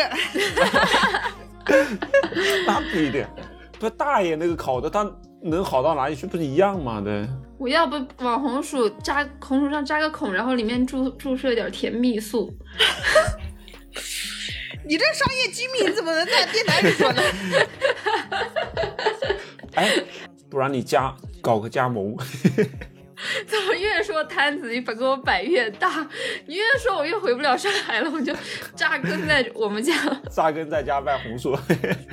那不一定，不大爷那个烤的，他能好到哪里去？不是一样吗？对。 我要不往红薯上扎个孔，然后里面注射一点甜蜜素。 你这商业机密怎么能在电台里说呢？ 哎，不然你搞个加盟。 怎么越说摊子给我摆越大？你越说我越回不了上海了，我就扎根在我们家。 扎根在家卖红薯。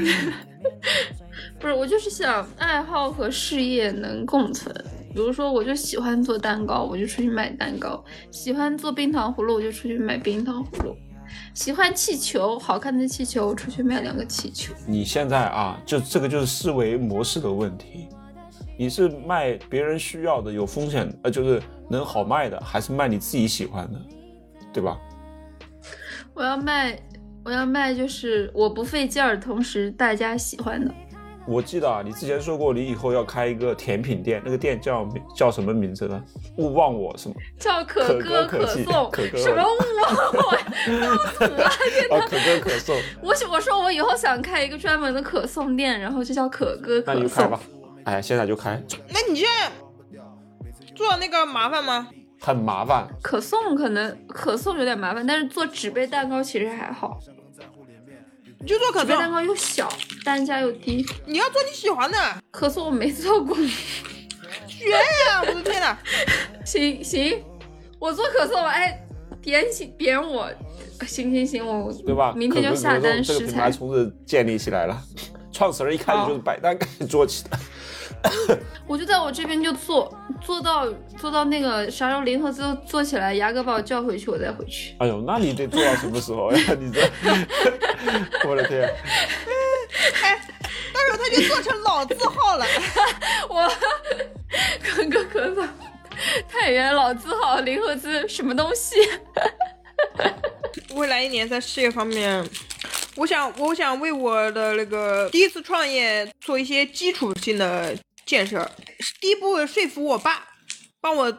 不是，我就是想爱好和事业能共存。比如说，我就喜欢做蛋糕，我就出去卖蛋糕；喜欢做冰糖葫芦，我就出去卖冰糖葫芦；喜欢气球，好看的气球，我出去卖2个气球。 你现在啊，就这个就是思维模式的问题。你是卖别人需要的有风险就是能好卖的，还是卖你自己喜欢的，对吧？ 我要卖就是我不费劲儿，同时大家喜欢的。 我记得啊，你之前说过你以后要开一个甜品店，那个店叫什么名字呢？勿忘我什么？ 叫可歌可颂。 可歌什么勿忘我？死了！ 可歌可颂。 我说我以后想开一个专门的可颂店，然后就叫可歌可颂。 那你就开吧。哎，现在就开。 那你现在做那个麻烦吗？ 很麻烦。 可颂有点麻烦，但是做纸杯蛋糕其实还好。 你就做可颂，纸杯蛋糕又小，单价又低。 你要做你喜欢的。 可颂我没做过。 学呀！我的天哪！ 行，我做可颂，哎，点我，行，我对吧？ 明天就下单食材。 这个品牌从此建立起来了。创始人一开始就是摆摊开始做起的。 我就在我这边就做到那个啥时候零盒子做起来，牙哥把我叫回去，我再回去。 哎呦，那你得做到什么时候呀？你这，我的天！ 哎，到时候他就做成老字号了。 我可颂，太原老字号零盒子什么东西？ 未来1年在事业方面。我想为我的那个第一次创业做一些基础性的建设。第一步说服我爸，帮我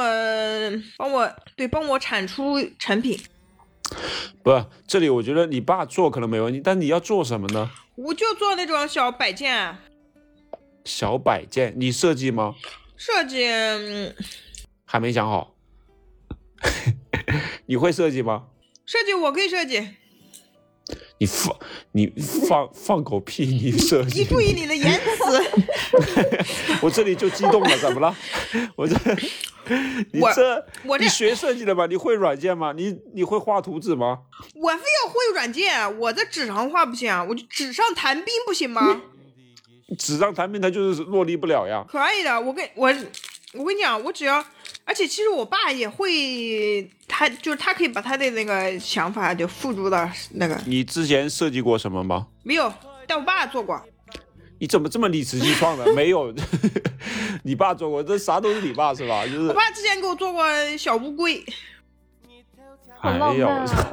产出成品。 不，这里我觉得你爸做可能没问题，但你要做什么呢？ 我就做那种小摆件。 小摆件，你设计吗？ 设计， 还没想好。你会设计吗？ 设计我可以设计。 你放狗屁！你设计， 你注意你的言辞。 我这里就激动了，怎么了？你学设计的吗？你会软件吗？你会画图纸吗？ 我非要会软件，我在纸上画不行，我就纸上谈兵不行吗？ 纸上谈兵，他就是落地不了呀。 可以的，我跟你讲，我只要，而且其实我爸也会，他可以把他的那个想法就付诸到那个。 你之前设计过什么吗？ 没有，但我爸做过。 你怎么这么理直气壮的？没有，你爸做过，这啥都是你爸是吧？就是我爸之前给我做过小乌龟。 好浪漫啊！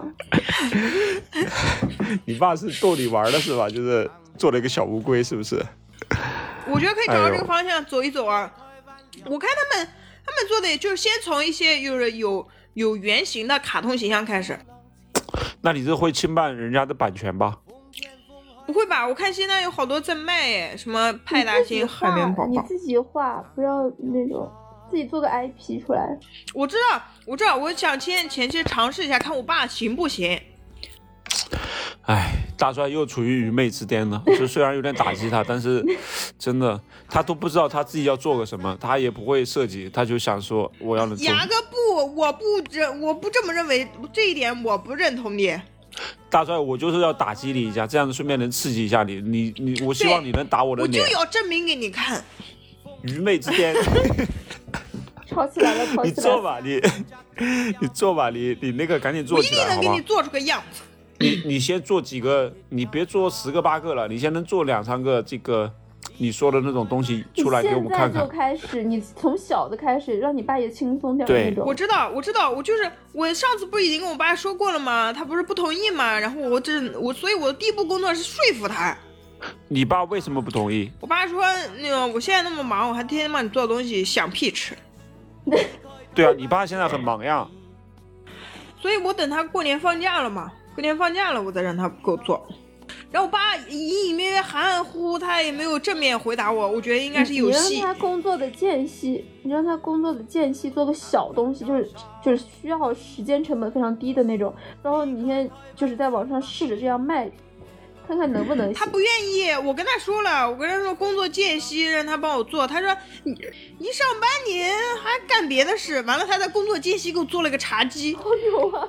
你爸是逗你玩的是吧？就是做了一个小乌龟，是不是？ 我觉得可以朝这个方向走一走啊。我看他们做的就是先从一些有原型的卡通形象开始。 那你这会侵犯人家的版权吧？ 不会吧？我看现在有好多在卖耶，什么派大星、海绵宝宝。 你自己画，不要那种自己做个 IP 出来。 我知道，我想前期尝试一下，看我爸行不行。 哎，大帅又处于愚昧之巅了，就虽然有点打击他，但是真的他都不知道他自己要做个什么，他也不会设计，他就想说我要能做。 牙哥不，我不这么认为，这一点我不认同你。 大帅，我就是要打击你一下，这样子顺便能刺激一下你，我希望你能打我的脸。 我就要证明给你看。 愚昧之巅。 吵起来了，吵起来了。 你做吧，你做吧，你那个赶紧做起来， 我一定能给你做出个样子。 你先做几个，你别做10个8个了，你先能做2、3个这个你说的那种东西出来给我们看看。 你现在就开始，你从小的开始，让你爸也轻松点那种。 我知道，我上次不是已经跟我爸说过了吗？他不是不同意吗？然后所以我的第一步工作是说服他。 你爸为什么不同意？ 我爸说，那个我现在那么忙，我还天天帮你做东西，想屁吃。 对啊，你爸现在很忙呀。 所以我等他过年放假了嘛。过年放假了，我再让他给我做。然后我爸隐隐约约含含糊糊，他也没有正面回答我。我觉得应该是有戏。 你让他工作的间隙做个小东西，就是需要时间成本非常低的那种。然后你先就是在网上试着这样卖，看看能不能行。 他不愿意，我跟他说了，我跟他说工作间隙让他帮我做。他说你一上班你还干别的事，完了他在工作间隙给我做了个茶几。 好牛啊！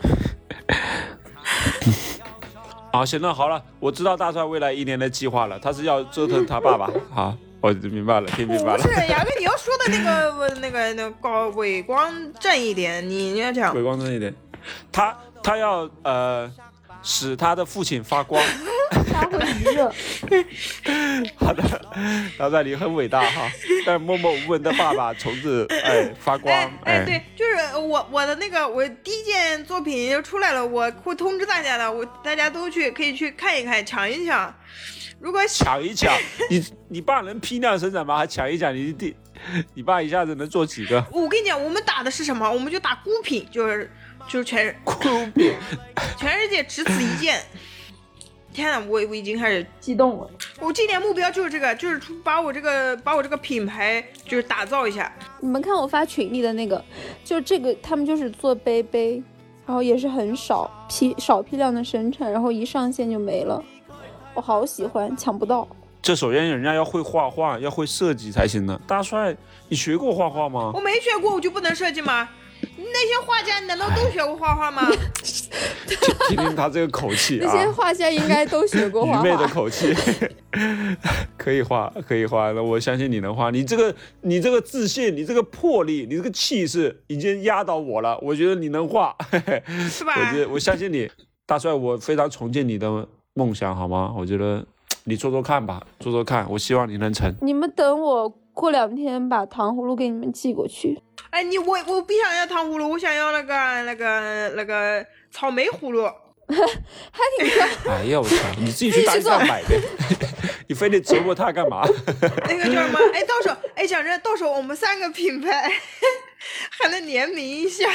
好，行了，好了，我知道大帅未来1年的计划了，他是要折腾他爸爸。好，我明白了，听明白了。 不是牙哥，你要说的那个高伟光正一点，你要讲伟光正一点，他要使他的父亲发光。 他会娱乐。 好的，大帅你很伟大哈，但默默无闻的爸爸从此发光。 对，就是我的那个我第一件作品就出来了，我会通知大家的，大家都可以去看一看，抢一抢。如果抢一抢，你爸能批量生产吗？还抢一抢，你爸一下子能做几个？ 我跟你讲，我们打的是什么？我们就打孤品，就是全孤品， 全世界只此一件。天哪，我已经开始激动了。 我今年目标就是这个，就是把我这个品牌就是打造一下。 你们看我发群里的那个，就这个他们就是做杯杯，然后也是很少批量的生产，然后一上线就没了。我好喜欢，抢不到。 这首先人家要会画画，要会设计才行呢。大帅，你学过画画吗？ 我没学过，我就不能设计吗？那些画家难道都学过画画吗？ 听听他这个口气啊！ 那些画家应该都学过画画。 愚昧的口气，可以画，那我相信你能画。你这个自信，你这个魄力，你这个气势，已经压倒我了。我觉得你能画， 是吧？ 我相信你，大帅，我非常崇敬你的梦想，好吗？我觉得你做做看吧，做看，我希望你能成。 你们等我过2天把糖葫芦给你们寄过去。 哎，我不想要糖葫芦，我想要那个草莓葫芦， 还挺帅。 哎呀，我操！你自己去大上买呗，你非得折磨他干嘛？ 那个叫什么？哎，到时候讲真，到时候我们3个品牌还能联名一下。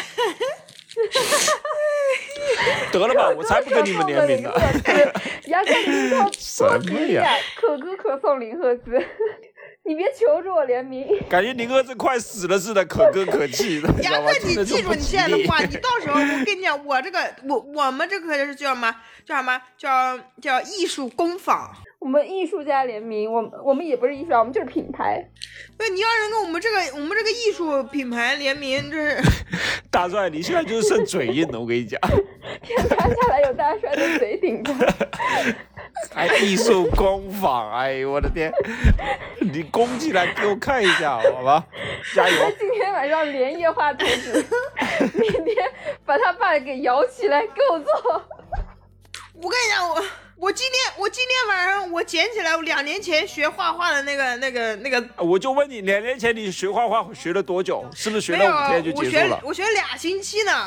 得了吧，我才不跟你们联名呢。 牙哥，你说什么呀？ 可歌可颂零赫兹。你别求着我联名， 感觉林赫兹快死了似的，可歌可泣的。 牙哥，你记住你现在的话，你到时候我跟你讲，我们这个是叫什么？叫艺术工坊。 我们艺术家联名，我们也不是艺术家，我们就是品牌。 对，你要是跟我们这个艺术品牌联名，这是大帅，你现在就是剩嘴硬了，我跟你讲。 天塌下来有大帅的嘴顶着。 还艺术工坊，哎呦我的天！你攻起来给我看一下，好吧？加油！ 他今天晚上连夜画图纸，明天把他爸给摇起来给我做。 我跟你讲，我今天晚上我捡起来我2年前学画画的那个。 我就问你，2年前你学画画学了多久？是不是学了5天就结束了？ 我学了2星期呢。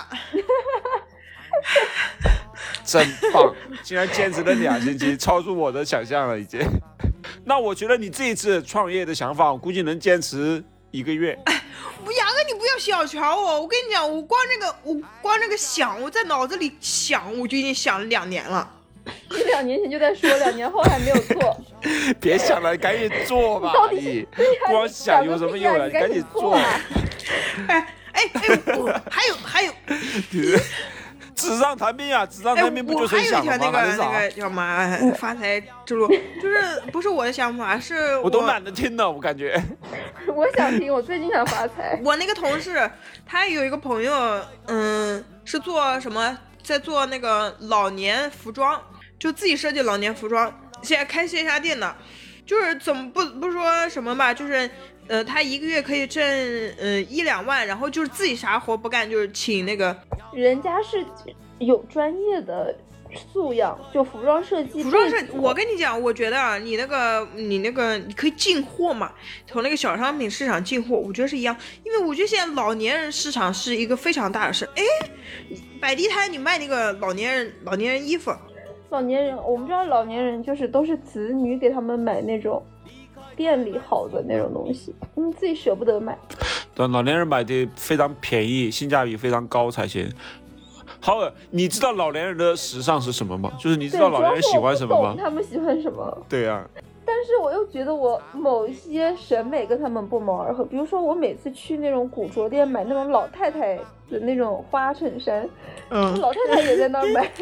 真棒，竟然坚持了2星期，超出我的想象了已经。那我觉得你这一次创业的想法，我估计能坚持1个月。 杨哥，你不要小瞧我，我跟你讲，我光这个想，我在脑子里想，我就已经想了2年了。 你2年前就在说，2年后还没有做。 别想了，赶紧做吧！你光想有什么用了？你赶紧做。 还有。 纸上谈兵啊，纸上谈兵不就是想了吗？ 我还有一条那个叫什么发财之路，就是不是我的想法，是我都懒得听了，我感觉。 我想听，我最近想发财。 我那个同事，他有一个朋友，是做什么，在做那个老年服装，就自己设计老年服装，现在开线下店的，就是怎么不说什么吧，就是。他1个月可以挣1-2万，然后就是自己啥活不干，就是请那个人家是有专业的素养，就服装设计。 我跟你讲，我觉得啊，你那个你可以进货嘛，从那个小商品市场进货，我觉得是一样，因为我觉得现在老年人市场是一个非常大的事。哎，摆地摊你卖那个老年人衣服， 老年人我们知道老年人就是都是子女给他们买那种。店里好的那种东西，自己舍不得买。 对，老年人买的非常便宜，性价比非常高才行。好，你知道老年人的时尚是什么吗？就是你知道老年人喜欢什么吗？ 他们喜欢什么？ 对啊。 但是我又觉得我某些审美跟他们不谋而合，比如说我每次去那种古着店买那种老太太的那种花衬衫，老太太也在那儿买。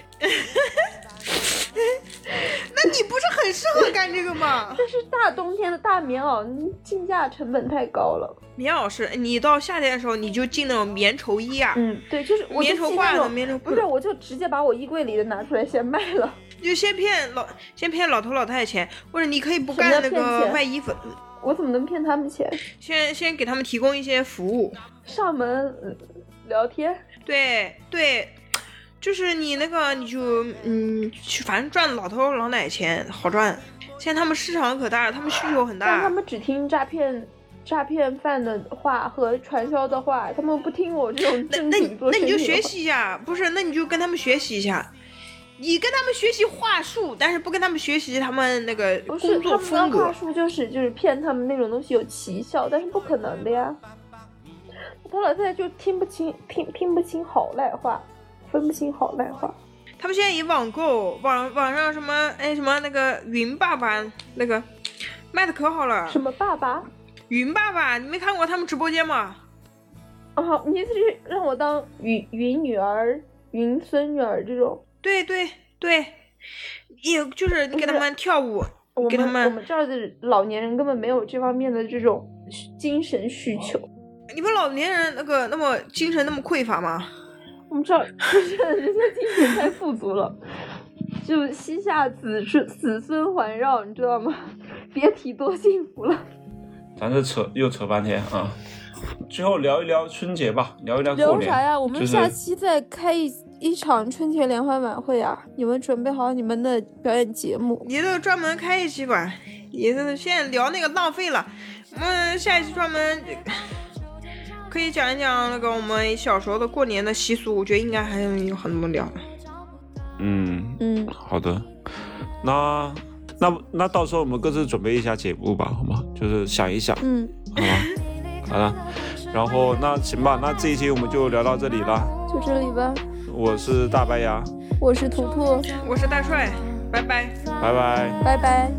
那你不是很适合干这个吗？ 这是大冬天的大棉袄，进价成本太高了。 棉袄是你到夏天的时候你就进那种棉绸衣啊。 对，就是我棉绸褂的棉绸， 不是，我就直接把我衣柜里的拿出来先卖了。 就先骗老头老太太钱，或者你可以不干那个卖衣服。 我怎么能骗他们钱？ 先给他们提供一些服务， 上门聊天。 对。就是你那个，你就反正赚老头老奶钱好赚。现在他们市场可大，他们需求很大。 但他们只听诈骗犯的话和传销的话，他们不听我这种正经做生意的话。那你就学习一下，不是？那你就跟他们学习一下。你跟他们学习话术，但是不跟他们学习他们那个工作风格。 话术就是骗他们那种东西有奇效，但是不可能的呀。老太太就听不清好赖话。分不清好赖话。 他们现在也网购，网上什么那个云爸爸那个卖的可好了。 什么爸爸？ 云爸爸，你没看过他们直播间吗？ 你意思是让我当云女儿、云孙女儿这种？ 对，也就是给他们跳舞，给他们。 我们这儿的老年人根本没有这方面的这种精神需求。 你们老年人那么精神那么匮乏吗？ 我们这儿就是人家精神太富足了，就膝下子孙环绕，你知道吗？别提多幸福了。 咱这又扯半天啊！最后聊一聊春节吧，聊一聊过年。 聊啥呀？我们下期再开一场春节联欢晚会啊！你们准备好你们的表演节目？ 你都专门开一期吧，你现在聊那个浪费了，我们下一期专门。可以讲一讲那个我们小时候的过年的习俗，我觉得应该还有很多聊。 好的，那到时候我们各自准备一下节目吧，好吗？就是想一想，好了，然后那行吧，那这一期我们就聊到这里了， 就这里吧。 我是大白牙， 我是图图， 我是大帅，拜拜， 拜拜， 拜拜。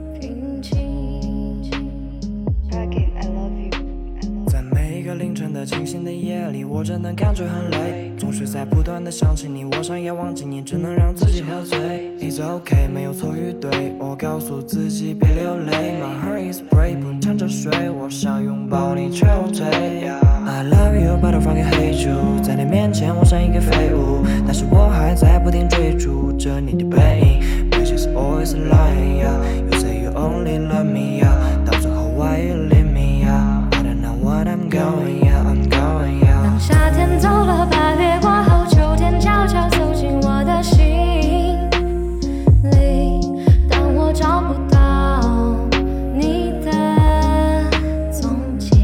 一个凌晨的清醒的夜里，我真的感觉很累，总是在不断的想起你，我想也忘记你，只能让自己喝醉。It's okay， 没有错与对，我告诉自己别流泪。My heart is brave， 不抢着睡，我想拥抱你却后退。I love you， but I fucking hate you， 在你面前我像一个废物，但是我还在不停追逐着你的背影。Which is always lying, yeah. You say you only love me, yeah. 到最后 why you leave me, yeah. I don't know what I'm going, yeah. I'm going, yeah. 当夏天走了，8月过后，秋天悄悄走进我的心里。当我找不到你的踪迹，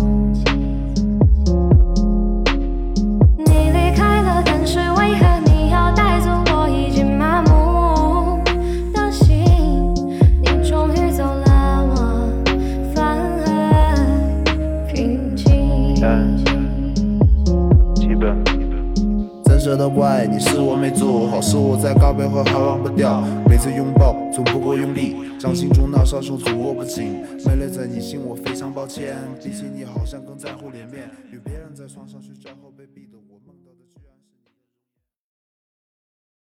你离开了，但是为何你要带走我已经麻木的心？你终于走了，我反而平静。 基本怎舍得怪你是我没做好，是我在告别后还忘不掉，每次拥抱总不够用力，掌心中那双手足握不紧，没了在你心我非常抱歉，比起你好像更在乎脸面，与别人在床上睡觉后被逼得我